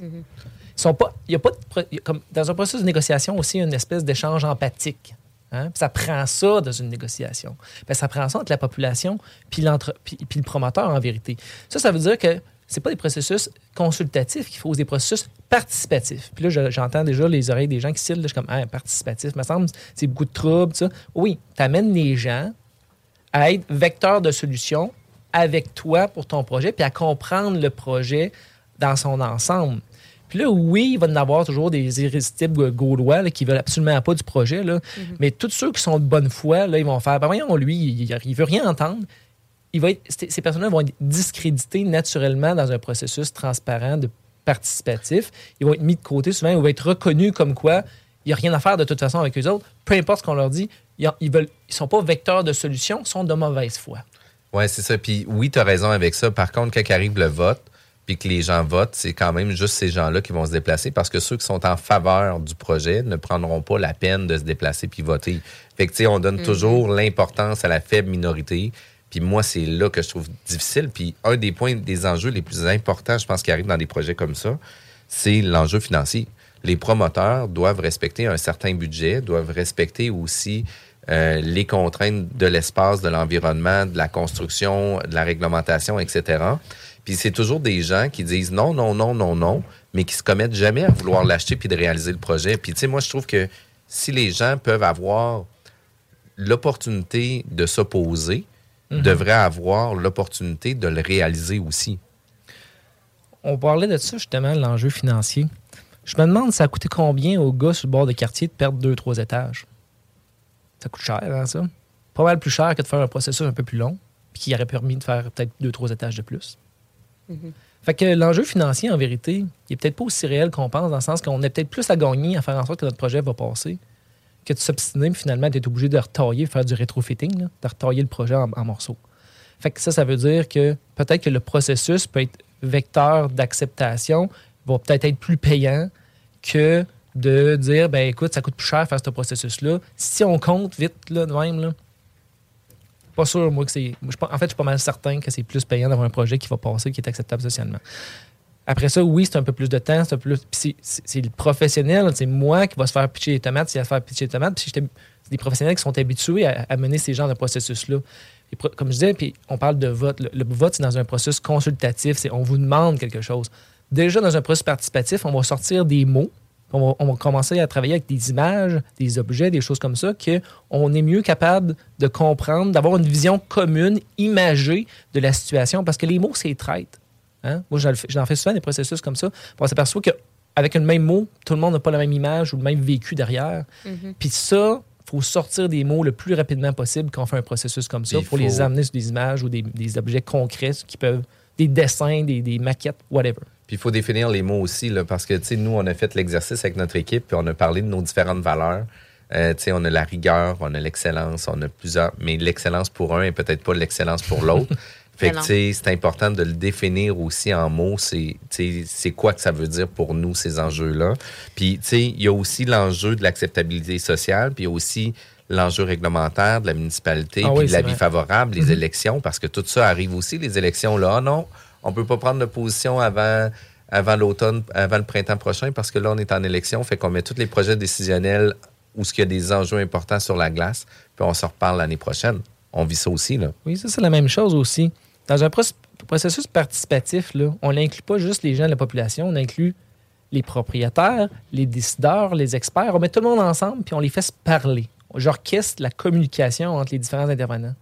Comme dans un processus de négociation aussi, il y a une espèce d'échange empathique. Hein? Puis ça prend ça dans une négociation. Puis ça prend ça entre la population puis le promoteur, en vérité. Ça veut dire que c'est pas des processus consultatifs qu'il faut, c'est des processus participatifs. Puis là, j'entends déjà les oreilles des gens qui cillent, je suis comme « participatif, me semble, c'est beaucoup de troubles. » Oui, tu amènes les gens à être vecteurs de solutions avec toi pour ton projet, puis à comprendre le projet dans son ensemble. Puis là, oui, il va y en avoir toujours des irrésistibles gaulois là, qui veulent absolument pas du projet, là. Mm-hmm. Mais tous ceux qui sont de bonne foi, là, ils vont faire, voyons, lui, il veut rien entendre. Ces personnes-là vont être discréditées naturellement dans un processus transparent, participatif. Ils vont être mis de côté souvent, ils vont être reconnus comme quoi il n'y a rien à faire de toute façon avec eux autres. Peu importe ce qu'on leur dit, ils sont pas vecteurs de solutions, ils sont de mauvaise foi. Oui, c'est ça. Puis oui, tu as raison avec ça. Par contre, quand arrive le vote, puis que les gens votent, c'est quand même juste ces gens-là qui vont se déplacer parce que ceux qui sont en faveur du projet ne prendront pas la peine de se déplacer puis voter. Fait que, tu sais, on donne toujours l'importance à la faible minorité. Puis moi, c'est là que je trouve difficile. Puis un des points, des enjeux les plus importants, je pense, qui arrivent dans des projets comme ça, c'est l'enjeu financier. Les promoteurs doivent respecter un certain budget, doivent respecter aussi les contraintes de l'espace, de l'environnement, de la construction, de la réglementation, etc. Puis c'est toujours des gens qui disent non, non, non, non, non, mais qui se commettent jamais à vouloir l'acheter puis de réaliser le projet. Puis tu sais, moi, je trouve que si les gens peuvent avoir l'opportunité de s'opposer, devraient avoir l'opportunité de le réaliser aussi. On parlait de ça, justement, l'enjeu financier. Je me demande, ça a coûté combien aux gars sur le bord de quartier de perdre 2-3 étages? Ça coûte cher, hein, ça? Pas mal plus cher que de faire un processus un peu plus long, puis qui aurait permis de faire peut-être 2-3 étages de plus. Fait que l'enjeu financier, en vérité, il est peut-être pas aussi réel qu'on pense, dans le sens qu'on a peut-être plus à gagner à faire en sorte que notre projet va passer que de s'obstiner, puis finalement, d'être obligé de retailler, faire du rétrofitting, là, de retailler le projet en morceaux. Fait que ça veut dire que peut-être que le processus peut être vecteur d'acceptation, va peut-être être plus payant que de dire, ben écoute, ça coûte plus cher faire ce processus-là. Si on compte vite, là, de même, là, pas sûr, moi, que c'est... En fait, je suis pas mal certain que c'est plus payant d'avoir un projet qui va passer, qui est acceptable socialement. Après ça, oui, c'est un peu plus de temps, c'est un peu plus... Puis c'est le professionnel, c'est moi qui va se faire pitcher les tomates, s'il va se faire pitcher les tomates, puis c'est des professionnels qui sont habitués à mener ces genres de processus-là. Et comme je disais, puis on parle de vote. Le vote, c'est dans un processus consultatif, c'est on vous demande quelque chose. Déjà, dans un processus participatif, on va sortir des mots, on va commencer à travailler avec des images, des objets, des choses comme ça, qu'on est mieux capable de comprendre, d'avoir une vision commune, imagée de la situation, parce que les mots, c'est traite. Hein? Moi, j'en fais souvent des processus comme ça. On s'aperçoit qu'avec le même mot, tout le monde n'a pas la même image ou le même vécu derrière. Puis ça, il faut sortir des mots le plus rapidement possible quand on fait un processus comme ça pour les amener sur des images ou des objets concrets qui peuvent... des dessins, des maquettes, whatever. Puis il faut définir les mots aussi, là, parce que, tu sais, nous, on a fait l'exercice avec notre équipe, puis on a parlé de nos différentes valeurs. Tu sais, on a la rigueur, on a l'excellence, on a plusieurs... Mais l'excellence pour un est peut-être pas l'excellence pour l'autre. Fait que, tu sais, c'est important de le définir aussi en mots. C'est quoi que ça veut dire pour nous, ces enjeux-là. Puis, tu sais, il y a aussi l'enjeu de l'acceptabilité sociale, puis il y a aussi l'enjeu réglementaire de la municipalité, puis de l'avis favorable, les élections, parce que tout ça arrive aussi, les élections. Là, non, on peut pas prendre de position avant l'automne, avant le printemps prochain, parce que là, on est en élection, fait qu'on met tous les projets décisionnels où il y a des enjeux importants sur la glace, puis on se reparle l'année prochaine. On vit ça aussi, là. Oui, ça, c'est la même chose aussi. Dans un processus participatif, là, on n'inclut pas juste les gens de la population, on inclut les propriétaires, les décideurs, les experts. On met tout le monde ensemble, puis on les fait se parler. J'orchestre la communication entre les différents intervenants.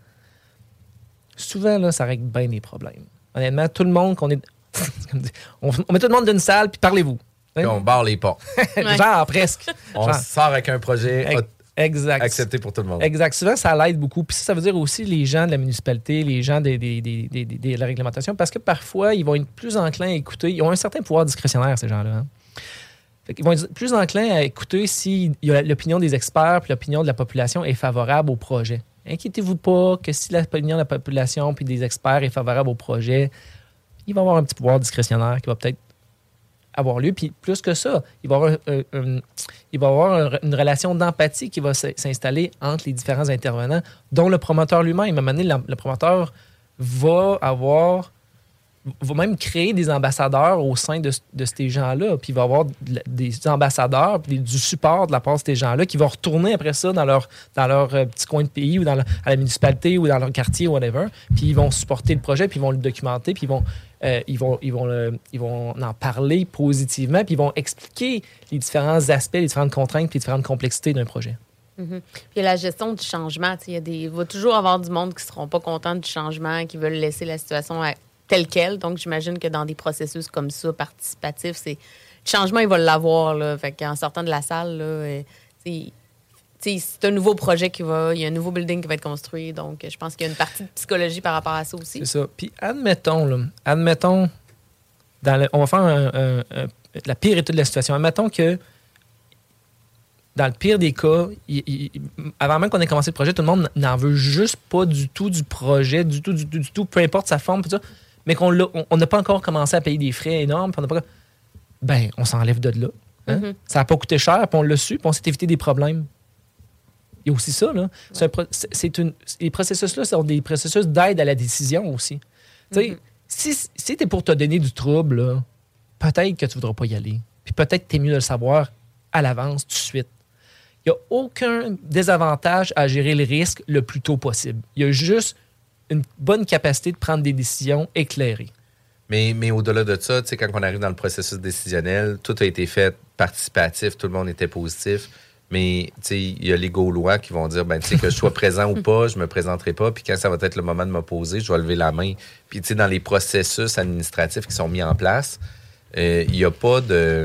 Souvent, là, ça règle bien les problèmes. Honnêtement, tout le monde, on met tout le monde d'une salle, puis parlez-vous. Puis on barre les portes. Genre, presque. On sort avec un projet accepté pour tout le monde. Exact. Souvent, ça l'aide beaucoup. Puis ça veut dire aussi les gens de la municipalité, les gens de la réglementation, parce que parfois, ils vont être plus enclins à écouter. Ils ont un certain pouvoir discrétionnaire, ces gens-là. Hein? Ils vont être plus enclins à écouter si l'opinion des experts puis l'opinion de la population est favorable au projet. Inquiétez-vous pas que si l'opinion de la population puis des experts est favorable au projet, il va y avoir un petit pouvoir discrétionnaire qui va peut-être avoir lieu. Puis plus que ça, il va y avoir une relation d'empathie qui va s'installer entre les différents intervenants, dont le promoteur lui-même. À un moment donné, le promoteur va même créer des ambassadeurs au sein de ces gens-là. Puis il va y avoir des ambassadeurs, puis du support de la part de ces gens-là qui vont retourner après ça dans leur petit coin de pays ou à la municipalité ou dans leur quartier, whatever. Puis ils vont supporter le projet, puis ils vont le documenter, puis ils vont en parler positivement, puis ils vont expliquer les différents aspects, les différentes contraintes, puis les différentes complexités d'un projet. Mm-hmm. Puis la gestion du changement, il va toujours avoir du monde qui ne seront pas contents du changement, qui veulent laisser la situation telle qu'elle. Donc, j'imagine que dans des processus comme ça, participatifs, le changement, il va l'avoir. Là. Fait qu'en sortant de la salle, là, c'est un nouveau projet il y a un nouveau building qui va être construit. Donc, je pense qu'il y a une partie de psychologie par rapport à ça aussi. C'est ça. Puis, admettons, on va faire la pire étude de la situation. Admettons que dans le pire des cas, avant même qu'on ait commencé le projet, tout le monde n'en veut juste pas du tout du projet, du tout, peu importe sa forme, tout ça, mais on n'a pas encore commencé à payer des frais énormes, puis on s'enlève de là. Hein? Mm-hmm. Ça n'a pas coûté cher, puis on l'a su, puis on s'est évité des problèmes. Il y a aussi ça, là. Ouais. Les processus-là sont des processus d'aide à la décision aussi. Mm-hmm. Si t'es pour te donner du trouble, là, peut-être que tu ne voudras pas y aller. Puis peut-être que t'es mieux de le savoir à l'avance, tout de suite. Il n'y a aucun désavantage à gérer le risque le plus tôt possible. Il y a juste une bonne capacité de prendre des décisions éclairées. Mais au-delà de ça, quand on arrive dans le processus décisionnel, tout a été fait participatif, tout le monde était positif. Mais il y a les Gaulois qui vont dire que je sois présent ou pas, je me présenterai pas. Puis quand ça va être le moment de m'opposer, je vais lever la main. Puis dans les processus administratifs qui sont mis en place, il n'y a pas de...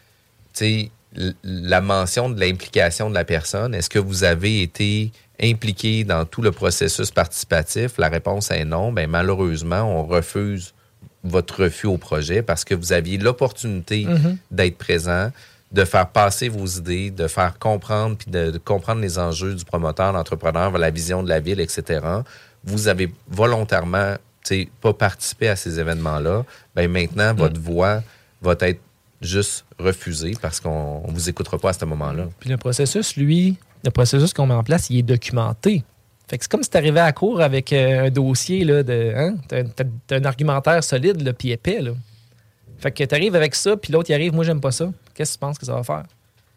la mention de l'implication de la personne. Est-ce que vous avez été impliqué dans tout le processus participatif? La réponse est non. Malheureusement, on refuse votre refus au projet parce que vous aviez l'opportunité d'être présent, de faire passer vos idées, de faire comprendre, puis de comprendre les enjeux du promoteur, l'entrepreneur, la vision de la ville, etc. Vous avez volontairement pas participé à ces événements-là. Maintenant, votre voix va être juste refusée parce qu'on ne vous écoutera pas à ce moment-là. Puis le processus qu'on met en place, il est documenté. Fait que c'est comme si tu arrivais à la cour avec un dossier là, t'as un argumentaire solide là, puis épais. Là. Fait que tu arrives avec ça, puis l'autre, il arrive, moi, j'aime pas ça. Qu'est-ce que tu penses que ça va faire?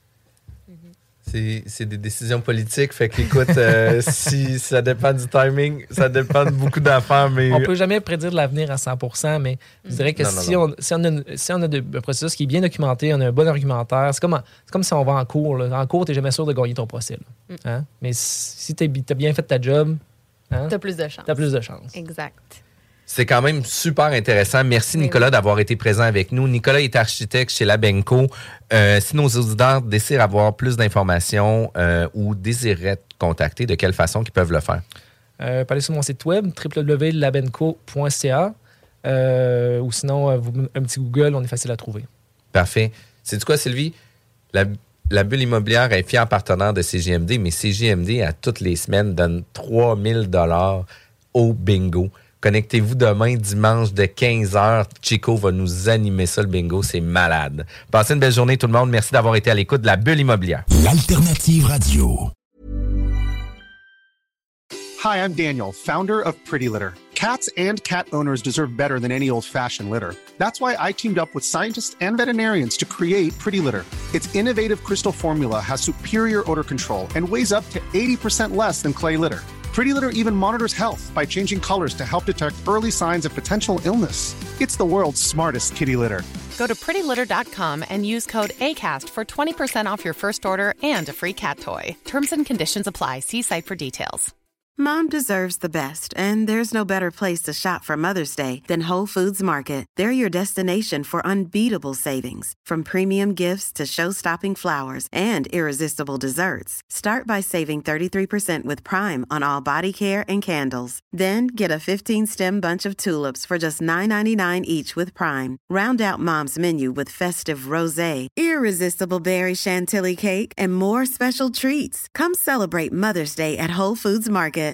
C'est des décisions politiques. Fait qu'écoute, si ça dépend du timing, ça dépend de beaucoup d'affaires. Mais... On peut jamais prédire l'avenir à 100%, mais je dirais que si on a un processus qui est bien documenté, on a un bon argumentaire, c'est comme si on va en cours. Là. En cours, tu n'es jamais sûr de gagner ton procès. Hein? Mais si tu as bien fait ta job, hein? tu as plus de chance. Tu as plus de chance. Exact. C'est quand même super intéressant. Merci, Nicolas, d'avoir été présent avec nous. Nicolas est architecte chez Labenco. Si nos auditeurs désirent avoir plus d'informations ou désiraient te contacter, de quelle façon qu'ils peuvent le faire? Allez sur mon site web, www.labenco.ca. Ou sinon, un petit Google, on est facile à trouver. Parfait. Sais-tu quoi, Sylvie? La bulle immobilière est fière partenaire de CJMD, mais CJMD, à toutes les semaines, donne 3 000 $ au bingo. Connectez-vous demain, dimanche, de 15h. Chico va nous animer ça, le bingo. C'est malade. Passez une belle journée, tout le monde. Merci d'avoir été à l'écoute de la bulle immobilière. L'Alternative Radio. Hi, I'm Daniel, founder of Pretty Litter. Cats and cat owners deserve better than any old-fashioned litter. That's why I teamed up with scientists and veterinarians to create Pretty Litter. Its innovative crystal formula has superior odor control and weighs up to 80% less than clay litter. Pretty Litter even monitors health by changing colors to help detect early signs of potential illness. It's the world's smartest kitty litter. Go to prettylitter.com and use code ACAST for 20% off your first order and a free cat toy. Terms and conditions apply. See site for details. Mom deserves the best, and there's no better place to shop for Mother's Day than Whole Foods Market. They're your destination for unbeatable savings, from premium gifts to show-stopping flowers and irresistible desserts. Start by saving 33% with Prime on all body care and candles. Then get a 15-stem bunch of tulips for just $9.99 each with Prime. Round out Mom's menu with festive rosé, irresistible berry chantilly cake, and more special treats. Come celebrate Mother's Day at Whole Foods Market.